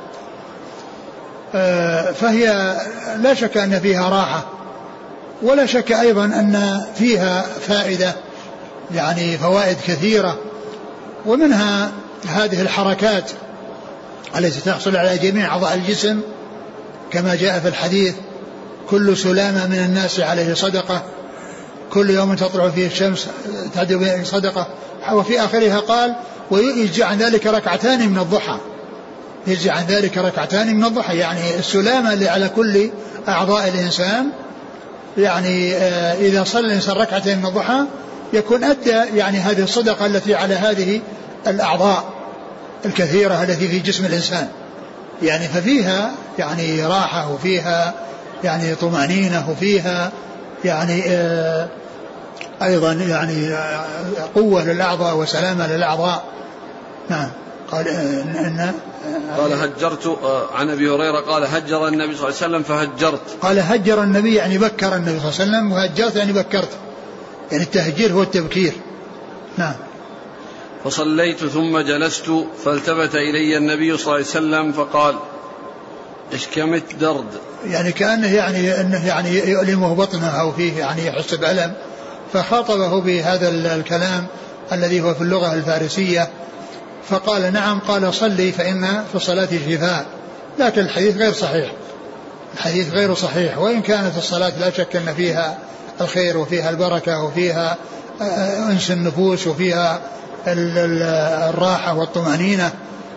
فهي لا شك أن فيها راحة، ولا شك أيضا أن فيها فائدة، يعني فوائد كثيرة، ومنها هذه الحركات التي تحصل على جميع أعضاء الجسم كما جاء في الحديث: كل سلامة من الناس عليه صدقة، كل يوم تطلع فيه الشمس تعدل به صدقة. وفي آخرها قال: ويجزي عن ذلك ركعتان من الضحى. يجزي عن ذلك ركعتان من الضحى، يعني السلامة اللي على كل أعضاء الإنسان، يعني إذا صلى الإنسان ركعتين من الضحى يكون أدى يعني هذه الصدقة التي على هذه الأعضاء الكثيرة التي في جسم الإنسان. يعني ففيها يعني راحة، وفيها يعني طمأنينة، وفيها يعني أيضا يعني قوة للأعضاء وسلامة للأعضاء. نعم. قال إن قال هجرت عن أبي هريرة قال: هجر النبي صلى الله عليه وسلم فهجرت. قال هجر النبي يعني بكر النبي صلى الله عليه وسلم، وهجرت يعني بكرت، يعني التهجير هو التبكير. نعم. فصليت ثم جلست، فالتفت إلي النبي صلى الله عليه وسلم فقال: اشكمت درد. يعني كأنه يعني أنه يعني يؤلمه بطنه أو فيه يعني يحس بألم، فخاطبه بهذا الكلام الذي هو في اللغة الفارسية، فقال: نعم. قال: صلي فإن في الصلاة شفاء. لكن الحديث غير صحيح، الحديث غير صحيح، وإن كانت الصلاة لا شك أن فيها الخير وفيها البركة وفيها أنس النفوس وفيها الراحة والطمأنينة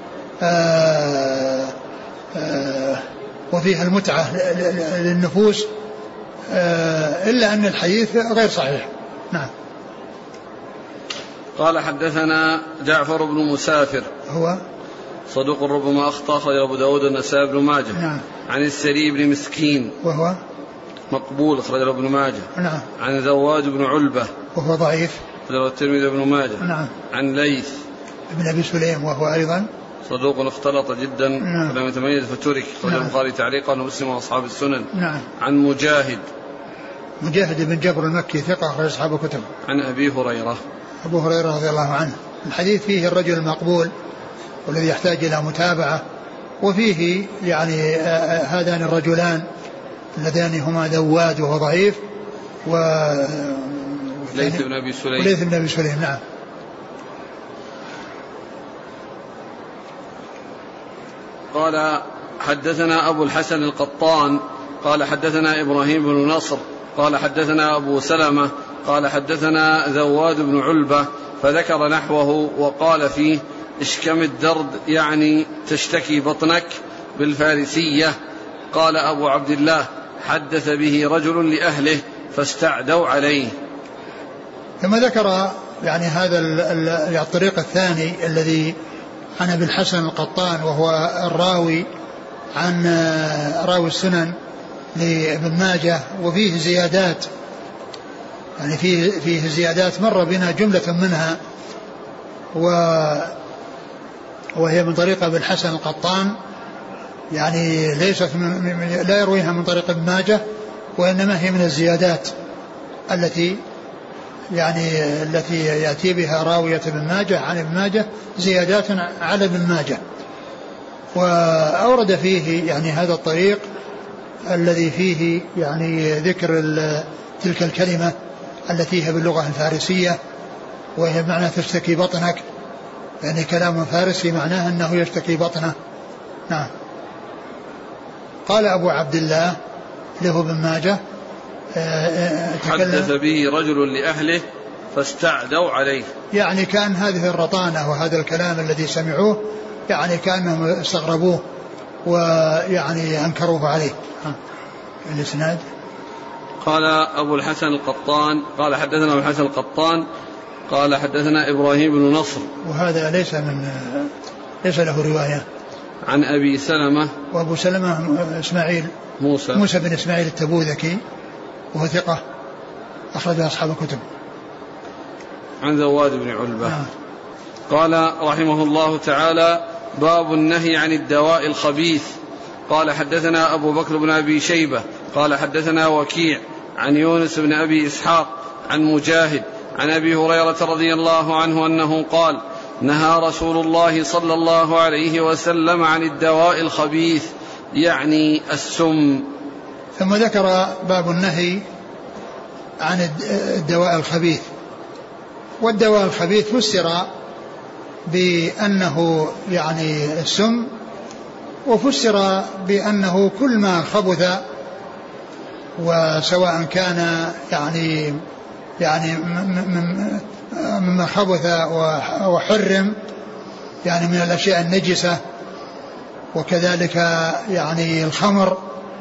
وفيها المتعة للنفوس، إلا أن الحديث غير صحيح. نعم. قال حدثنا جعفر بن مسافر هو صدوق ربما أخطأ، أخرج أبو داود والنسائي بن ماجه. نعم. عن السري بن مسكين وهو مقبول، أخرج ابن ماجه. نعم. عن ذواد بن علبة وهو ضعيف، أخرج الترمذي بن ماجه. نعم. عن ليث ابن أبي سليم وهو أيضا صدوق اختلط جدا ولم يتميز فترك، أخرج البخاري تعليقا ومسلم وأصحاب السنن. نعم. عن مجاهد مجاهد بن جبر المكي ثقة، أخرج أصحاب الكتب. عن أبي هريرة أبو هريرة رضي الله عنه. الحديث فيه الرجل المقبول والذي يحتاج إلى متابعة، وفيه يعني هذان الرجلان اللذان هما ذواد وهو ضعيف، و ليث بن أبي سليم وليث بن أبي سليم. نعم. قال حدثنا أبو الحسن القطان قال حدثنا إبراهيم بن نصر قال حدثنا أبو سلمة قال حدثنا ذواد بن علبة فذكر نحوه وقال فيه: اشكم الدرد يعني تشتكي بطنك بالفارسية. قال أبو عبد الله: حدث به رجل لأهله فاستعدوا عليه. ثم ذكر يعني هذا الطريق الثاني الذي عن أبي الحسن القطان، وهو الراوي عن راوي السنن لابن ماجه، وفيه زيادات يعني فيه, فيه زيادات مر بنا جملة منها، و وهي من طريق ابن الحسن القطان، يعني ليست من لا يرويها من طريق ابن ماجه، وإنما هي من الزيادات التي يعني التي يأتي بها راوية ابن ماجه عن ابن ماجه، زيادات على ابن ماجه. وأورد فيه يعني هذا الطريق الذي فيه يعني ذكر تلك الكلمة التي هي باللغة الفارسية، وهي معنى تشتكي بطنك، يعني كلام فارسي معناه أنه يشتكي بطنه. نعم. قال أبو عبد الله له ابن ماجه حدث به رجل لأهله فاستعدوا عليه، يعني كان هذه الرطانة وهذا الكلام الذي سمعوه يعني كأنهم استغربوه ويعني أنكروه عليه. الإسناد قال أبو الحسن القطان قال حدثنا أبو الحسن القطان قال حدثنا إبراهيم بن نصر، وهذا ليس من ليس له رواية، عن أبي سلمة، وأبو سلمة إسماعيل موسى موسى بن إسماعيل التبوذكي وهو ثقة أخرج أصحاب الكتب، عن ذواد بن علبة. آه. قال رحمه الله تعالى: باب النهي عن الدواء الخبيث. قال حدثنا أبو بكر بن أبي شيبة قال حدثنا وكيع عن يونس بن أبي إسحاق عن مجاهد عن أبي هريرة رضي الله عنه أنه قال: نهى رسول الله صلى الله عليه وسلم عن الدواء الخبيث، يعني السم. ثم ذكر باب النهي عن الدواء الخبيث. والدواء الخبيث فسر بأنه يعني السم، وفسر بأنه كل ما خبث، وسواء كان يعني يعني مما خبث وحرم يعني من الأشياء النجسة، وكذلك يعني الخمر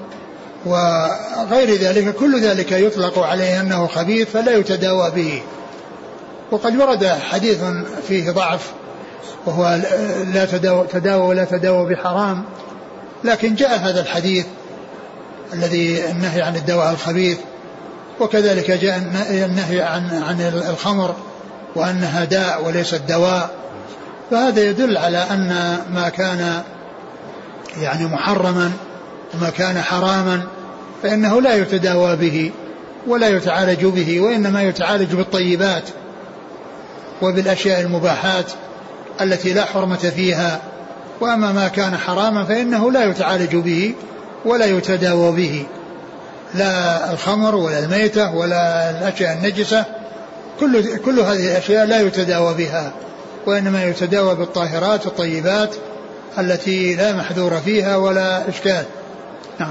وغير ذلك، كل ذلك يطلق عليه أنه خبيث فلا يتداوى به. وقد ورد حديث فيه ضعف وهو لا تداوى, تداوى ولا تداوى بحرام، لكن جاء هذا الحديث الذي النهي عن الدواء الخبيث، وكذلك جاء النهي عن عن الخمر وأنها داء وليست دواء. فهذا يدل على أن ما كان يعني محرما وما كان حراما فإنه لا يتداوى به ولا يتعالج به، وإنما يتعالج بالطيبات وبالأشياء المباحات التي لا حرمة فيها. وأما ما كان حراما فإنه لا يتعالج به ولا يتداوى به، لا الخمر ولا الميتة ولا الأشياء النجسة، كل, كل هذه الأشياء لا يتداوى بها، وإنما يتداوى بالطاهرات الطيبات التي لا محذور فيها ولا إشكال. نعم.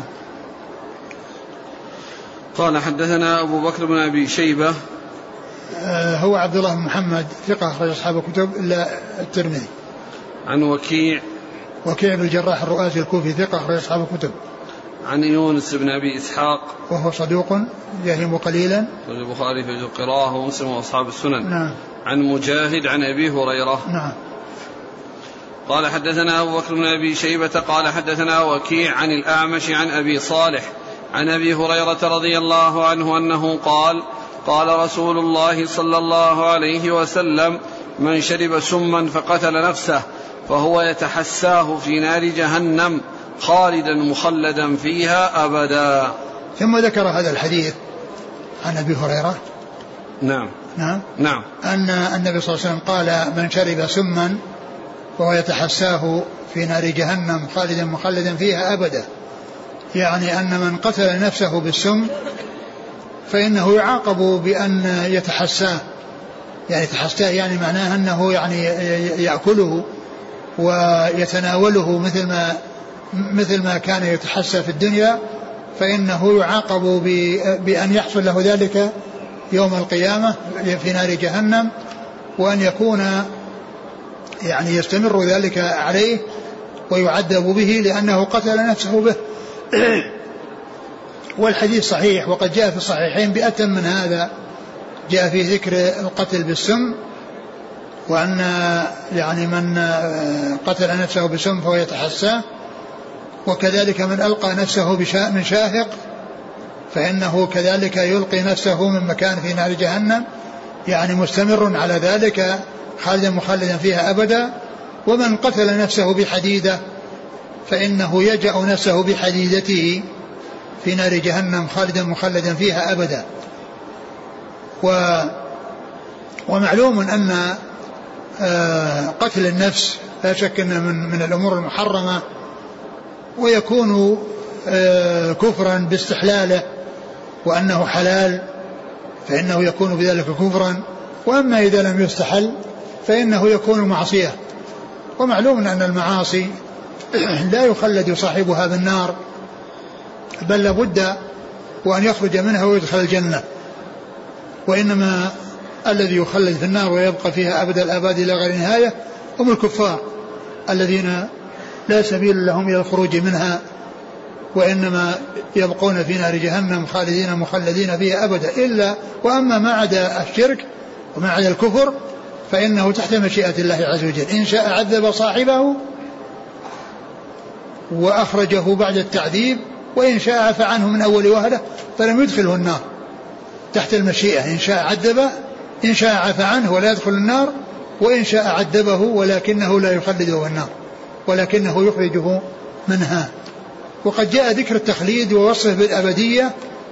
قال حدثنا أبو بكر بن أبي شيبة هو عبد الله بن محمد ثقة أخرج أصحاب الكتب إلا الترمذي. عن وكيع وكيع بن الجراح الرؤاسي الكوفي ثقة أخرج أصحاب الكتب. عن يونس بن أبي إسحاق وهو صدوق يهم قليلا، البخاري في القراءة ومسلم وأصحاب السنن. نعم. عن مجاهد عن أبي هريرة. نعم. قال حدثنا أبو بكر بن أبي شيبة قال حدثنا وكيع عن الأعمش عن أبي صالح عن أبي هريرة رضي الله عنه أنه قال: قال رسول الله صلى الله عليه وسلم: من شرب سما فقتل نفسه فهو يتحساه في نار جهنم خالدا مخلدا فيها أبدا. ثم ذكر هذا الحديث عن أبي هريرة. نعم نعم نعم أن النبي صلى الله عليه وسلم قال: من شرب سما فهو يتحساه في نار جهنم خالدا مخلدا فيها أبدا، يعني أن من قتل نفسه بالسم فإنه يعاقب بأن يتحساه، يعني يتحساه يعني معناه أنه يعني يأكله ويتناوله مثل ما مثل ما كان يتحسى في الدنيا، فإنه يعاقب بأن يحصل له ذلك يوم القيامة في نار جهنم، وأن يكون يعني يستمر ذلك عليه ويعذب به لأنه قتل نفسه به. والحديث صحيح، وقد جاء في الصحيحين بأتم من هذا، جاء في ذكر القتل بالسم، وأن يعني من قتل نفسه بسم فهو يتحسى، وكذلك من ألقى نفسه من شاهق فإنه كذلك يلقي نفسه من مكان في نار جهنم يعني مستمر على ذلك خالدا مخلدا فيها أبدا. ومن قتل نفسه بحديدة فإنه يجأ نفسه بحديدته في نار جهنم خالدا مخلدا فيها أبدا. و ومعلوم أن قتل النفس لا شك أنه من, من الأمور المحرمة، ويكون كفرا باستحلاله، وأنه حلال فإنه يكون بذلك كفرا. وأما إذا لم يستحل فإنه يكون معصية. ومعلوم أن المعاصي لا يخلد صاحبها بالنار، بل لابد وأن يخرج منها ويدخل الجنة. وإنما الذي يخلد في النار ويبقى فيها أبد الآباد إلى غير نهاية هم الكفار الذين لا سبيل لهم إلى الخروج منها، وإنما يبقون في نار جهنم خالدين مخلدين فيها أبدا. إلا وأما ما عدا الشرك وما عدا الكفر فإنه تحت مشيئة الله عز وجل، إن شاء عذب صاحبه وأخرجه بعد التعذيب، وإن شاء عفى عنه من أول وهلة فلم يدخله النار، تحت المشيئة. إن شاء عذب، إن شاء عفى عنه ولا يدخل النار، وإن شاء عذبه ولكنه لا يخلده النار ولكنه يخرجه منها. وقد جاء ذكر التخليد ووصفه بالأبدية،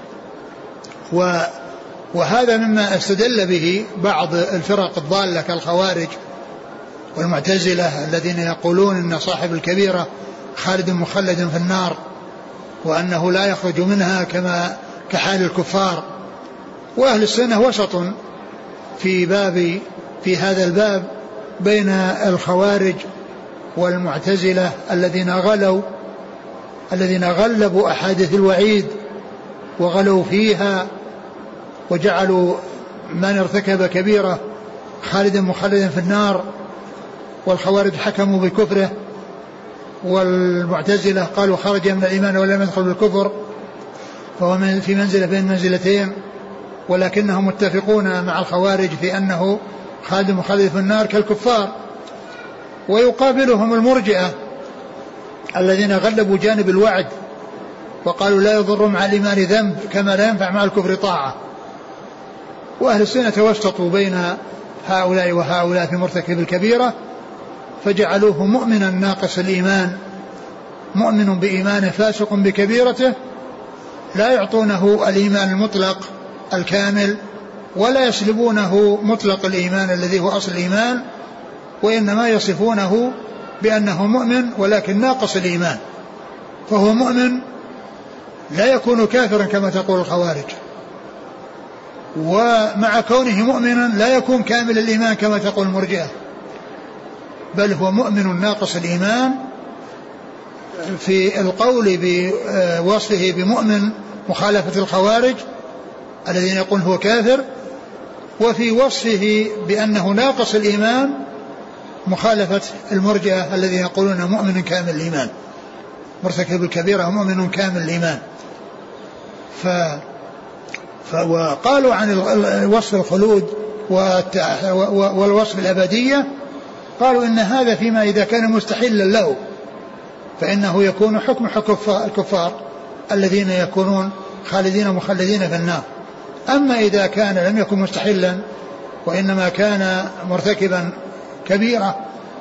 وهذا مما استدل به بعض الفرق الضالة كالخوارج والمعتزلة الذين يقولون إن صاحب الكبيرة خالد مخلد في النار وأنه لا يخرج منها كما كحال الكفار. وأهل السنة وسط في باب في هذا الباب بين الخوارج والمعتزلة الذين غلوا الذين غلبوا أحاديث الوعيد وغلوا فيها وجعلوا من ارتكب كبيرة خالدا مخلدا في النار، والخوارج حكموا بكفره، والمعتزلة قالوا خرج من الإيمان ولم يدخل بالكفر، فهو في منزلة بين منزلتين، ولكنهم متفقون مع الخوارج في أنه خالد مخلد في النار كالكفار. ويقابلهم المرجئة الذين غلبوا جانب الوعد وقالوا لا يضر مع الإيمان ذنب كما لا ينفع مع الكفر طاعة. وأهل السنة توسطوا بين هؤلاء وهؤلاء في مرتكب الكبيرة، فجعلوه مؤمنا ناقص الإيمان، مؤمن بإيمانه فاسق بكبيرته، لا يعطونه الإيمان المطلق الكامل ولا يسلبونه مطلق الإيمان الذي هو أصل الإيمان، وإنما يصفونه بأنه مؤمن ولكن ناقص الإيمان، فهو مؤمن لا يكون كافرا كما تقول الخوارج، ومع كونه مؤمنا لا يكون كامل الإيمان كما تقول المرجئة، بل هو مؤمن ناقص الإيمان في القول بوصفه بمؤمن مخالفة الخوارج الذين يقول هو كافر، وفي وصفه بأنه ناقص الإيمان مخالفة المرجئة الذين يقولون مؤمن كامل الإيمان، مرتكب الكبيرة مؤمن كامل الإيمان. ف... ف... وقالوا عن وصف الخلود والوصف الأبدية، قالوا إن هذا فيما إذا كان مستحلا له فإنه يكون حكم حكم الكفار الذين يكونون خالدين مخلدين في النار. أما إذا كان لم يكن مستحلا وإنما كان مرتكبا كبيرة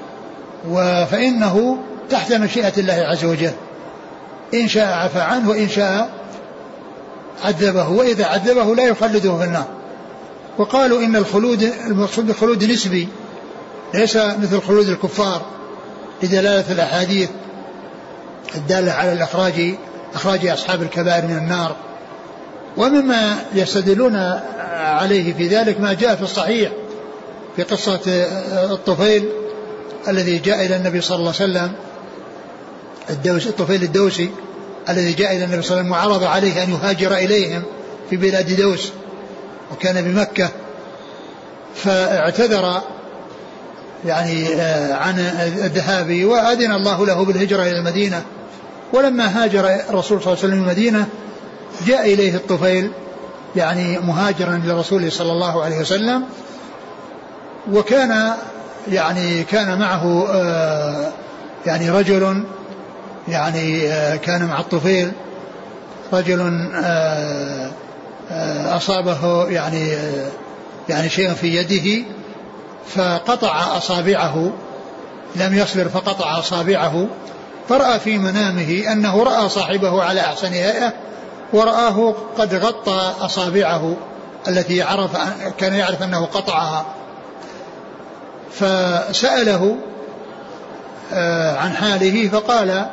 فإنه تحت مشيئة الله عز وجل، إن شاء عفى عنه وإن شاء عذبه، وإذا عذبه لا يخلده في النار. وقالوا إن الخلود المقصود بالخلود نسبي ليس مثل خلود الكفار لدلالة الأحاديث الدالة على الإخراج إخراج أصحاب الكبائر من النار. ومما يستدلون عليه في ذلك ما جاء في الصحيح في قصة الطفيل الذي جاء إلى النبي صلى الله عليه وسلم، الدوسي الطفيل الدوسي الذي جاء إلى النبي صلى الله عليه وسلم وعرض عليه أن يهاجر إليهم في بلاد دوس، وكان بمكة، فاعتذر يعني عن الذهاب وأذن الله له بالهجرة إلى المدينة. ولما هاجر الرسول صلى الله عليه وسلم المدينة جاء إليه الطفيل يعني مهاجرا لرسوله صلى الله عليه وسلم، وكان يعني كان معه يعني رجل يعني كان مع الطفيل رجل أصابه يعني يعني شيء في يده فقطع أصابعه، لم يصبر فقطع أصابعه، فرأى في منامه أنه رأى صاحبه على أحسن هيئة، ورآه قد غطى أصابعه التي عرف كان يعرف أنه قطعها، فسأله عن حاله فقال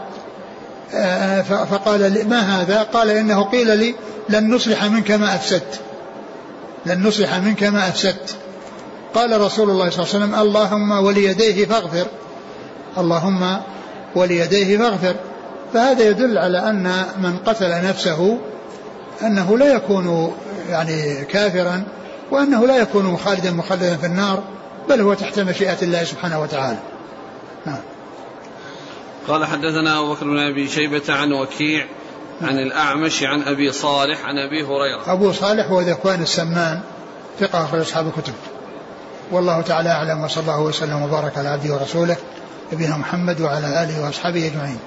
فقال ما هذا؟ قال إنه قيل لي لن نصلح منك ما أفسدت، لن نصلح منك ما أفسدت. قال رسول الله صلى الله عليه وسلم اللهم وليديه فاغفر، اللهم وليديه فاغفر. فهذا يدل على أن من قتل نفسه أنه لا يكون يعني كافرا، وأنه لا يكون مخالدا مخلدا في النار، بل هو تحت مشيئة الله سبحانه وتعالى. نعم. قال حدثنا أبو بكر بن أبي شيبة عن وكيع عن الأعمش عن أبي صالح عن أبي هريرة. أبو صالح هو ذكوان السمان ثقة أخرج أصحاب الكتب. والله تعالى أعلم، وصلى الله وسلم وبارك على عبده ورسوله نبينا محمد وعلى آله وأصحابه أجمعين.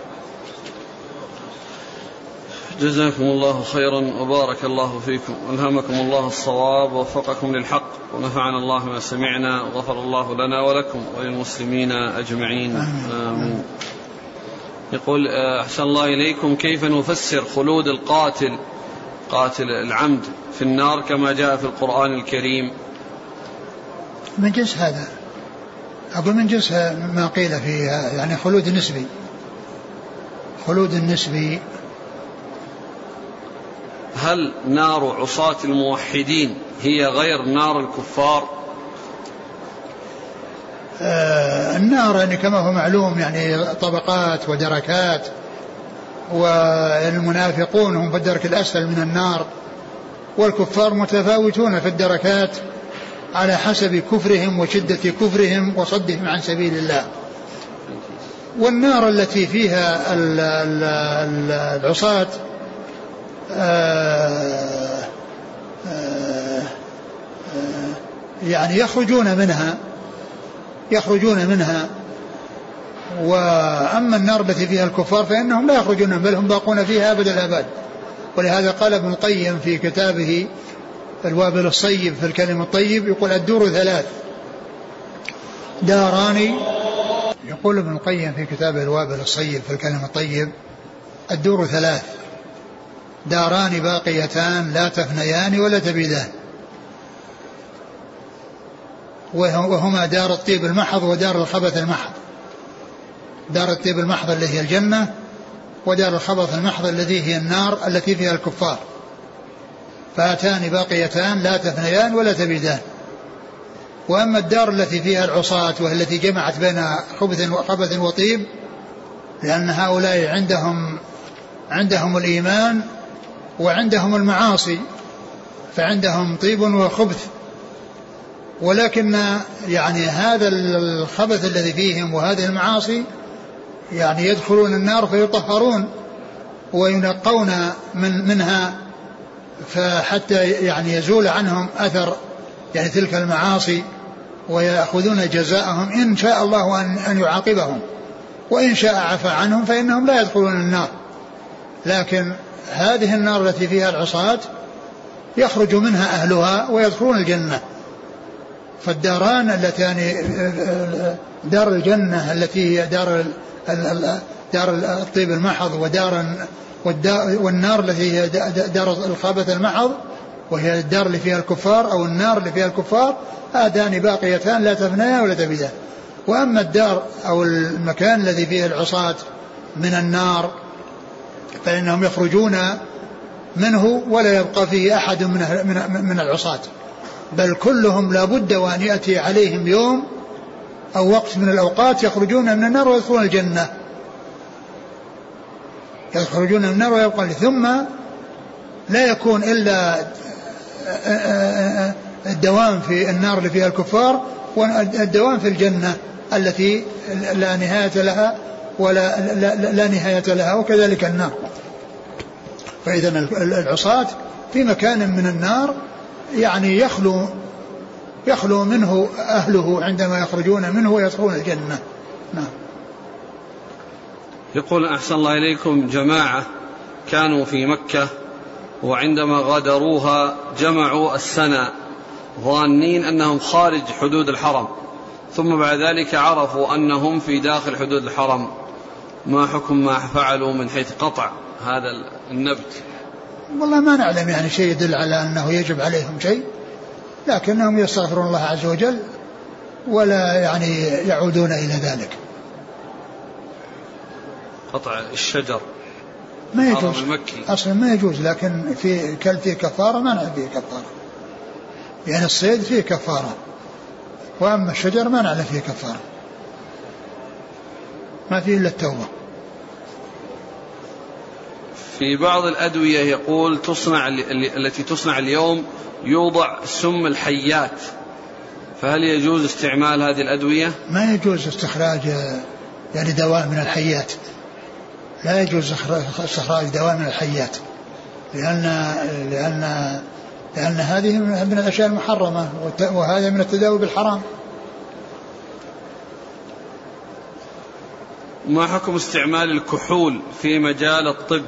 جزاكم الله خيرا وبارك الله فيكم، ألهمكم الله الصواب ووفقكم للحق، ونفعنا الله ما سمعنا، وغفر الله لنا ولكم وللمسلمين أجمعين آمين, آمين. يقول أحسن الله إليكم، كيف نفسر خلود القاتل قاتل العمد في النار كما جاء في القرآن الكريم؟ من جنس هذا، أقول من جنس ما قيل فيها، يعني خلود نسبي، خلود النسبي. هل نار عصاة الموحدين هي غير نار الكفار؟ آه النار يعني كما هو معلوم يعني طبقات ودركات، والمنافقون هم في الدرك الأسفل من النار، والكفار متفاوتون في الدركات على حسب كفرهم وشدة كفرهم وصدهم عن سبيل الله. والنار التي فيها العصاة آه آه آه يعني يخرجون منها يخرجون منها وأما النار التي فيها الكفار فإنهم لا يخرجون، بل هم باقون فيها أبد الآباد. ولهذا قال ابن القيم في كتابه الوابل الصيب في الكلم الطيب، يقول الدور ثلاث داران، يقول ابن القيم في كتابه الوابل الصيب في الكلم الطيب الدور ثلاث داران باقيتان لا تفنيان ولا تبيدان، وهما دار الطيب المحض ودار الخبث المحض. دار الطيب المحض التي هي الجنة، ودار الخبث المحض التي هي النار التي فيها الكفار. فهاتان باقيتان لا تفنيان ولا تبيدان. وأما الدار التي فيها العصاة وهي التي جمعت بين خبث وطيب، لأن هؤلاء عندهم عندهم الإيمان وعندهم المعاصي، فعندهم طيب وخبث، ولكن يعني هذا الخبث الذي فيهم وهذه المعاصي يعني يدخلون النار فيطهرون وينقون من منها، فحتى يعني يزول عنهم أثر يعني تلك المعاصي، ويأخذون جزاءهم إن شاء الله أن يعاقبهم، وإن شاء عفى عنهم فإنهم لا يدخلون النار. لكن هذه النار التي فيها العصاة يخرج منها أهلها ويدخلون الجنة. فالداران اللتان دار الجنة التي هي دار دار الطيب المحض، ودار والنار التي هي دار الخبث المحض وهي الدار اللي فيها الكفار أو النار اللي فيها الكفار، هذان باقيتان لا تفنيان ولا تبيدان. وأما الدار أو المكان الذي فيه العصاة من النار فإنهم يخرجون منه ولا يبقى فيه أحد من من العصاة، بل كلهم لا بد وأن يأتي عليهم يوم أو وقت من الأوقات يخرجون من النار ويدخلون الجنة، يخرجون من النار ويبقى، ثم لا يكون إلا الدوام في النار اللي فيها الكفار والدوام في الجنة التي لا نهاية لها ولا لا, لا نهاية لها، وكذلك النار. فإذا العصاة في مكان من النار يعني يخلو يخلو منه أهله عندما يخرجون منه ويدخلون الجنة. نعم. يقول أحسن الله إليكم، جماعة كانوا في مكة وعندما غادروها جمعوا السنة ظانين أنهم خارج حدود الحرم، ثم بعد ذلك عرفوا أنهم في داخل حدود الحرم، ما حكم ما فعلوا من حيث قطع هذا النبت؟ والله ما نعلم يعني شيء يدل على أنه يجب عليهم شيء، لكنهم يستغفرون الله عز وجل ولا يعني يعودون إلى ذلك. قطع الشجر ما يجوز أصلا، ما يجوز، لكن في كل فيه كفارة ما نعلم فيه كفارة، يعني الصيد فيه كفارة، وأما الشجر ما نعلم فيه كفارة، ما فيه إلا التوبة. في بعض الأدوية يقول تصنع التي تصنع اليوم يوضع سم الحيات، فهل يجوز استعمال هذه الأدوية؟ ما يجوز استخراج يعني دواء من الحيات، لا يجوز استخراج دواء من الحيات، لأن لأن لأن هذه من الأشياء المحرمة، وهذا من التداوي بالحرام. ما حكم استعمال الكحول في مجال الطب؟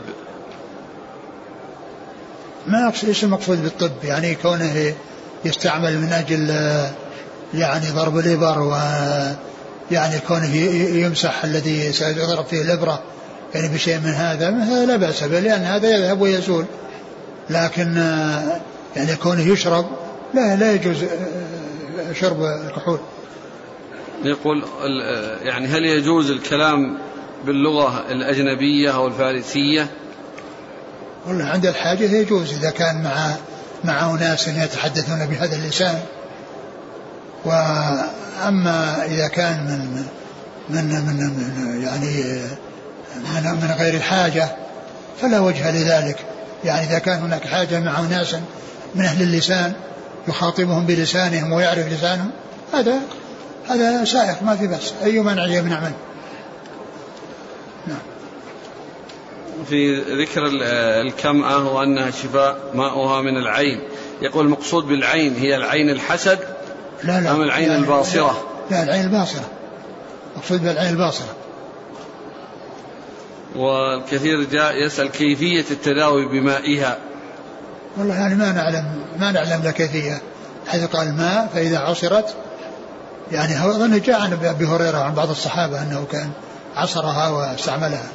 ما ايش المقصود بالطب؟ يعني كونه يستعمل من أجل يعني ضرب الإبر، ويعني كونه يمسح الذي سيضرب فيه الإبرة يعني بشيء من هذا، هذا لا بأس به، لأن هذا يذهب ويزول، لكن يعني كونه يشرب لا لا يجوز شرب الكحول. يقول يعني هل يجوز الكلام باللغة الأجنبية أو الفارسية؟ والله عند الحاجة يجوز إذا كان مع مع أناس يتحدثون بهذا اللسان، وأما إذا كان من من من, من يعني من, من غير الحاجة فلا وجه لذلك. يعني إذا كان هناك حاجة مع أناس من أهل اللسان يخاطبهم بلسانهم ويعرف لسانهم، هذا هذا سائق ما في بس، أي منع يمنع منه. نعم. في ذكر الكمأة وأنها شفاء ماؤها من العين، يقول المقصود بالعين هي العين الحسد لا لا أم العين لا الباصرة؟ لا, لا العين الباصرة، مقصود بالعين الباصرة. والكثير جاء يسأل كيفية التداوي بمائها. والله يعني ما نعلم ما نعلم لا كيفية، حيث قال الماء فإذا عصرت، يعني أظن جاء عن أبي هريرة عن بعض الصحابة أنه كان عصرها واستعملها.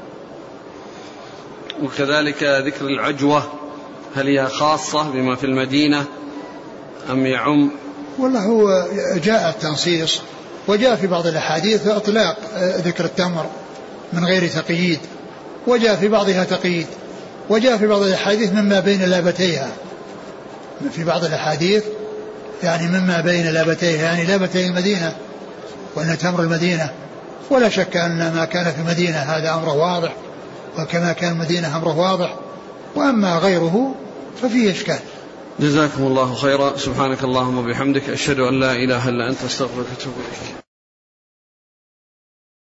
وكذلك ذكر العجوة، هل هي خاصة بما في المدينة أم يعم؟ والله هو جاء التنصيص، وجاء في بعض الأحاديث إطلاق ذكر التمر من غير تقييد، وجاء في بعضها تقييد، وجاء في بعض الأحاديث مما بين لابتيها، في بعض الأحاديث يعني مما بين لابتيها يعني لابتي المدينة، وأن تمر المدينة، ولا شك أن ما كان في المدينة هذا أمره واضح، وكما كان المدينة أمره واضح، وأما غيره ففيه إشكال. جزاكم الله خيرا، سبحانك اللهم وبحمدك، أشهد أن لا إله إلا أنت، أستغفرك وأتوب إليك.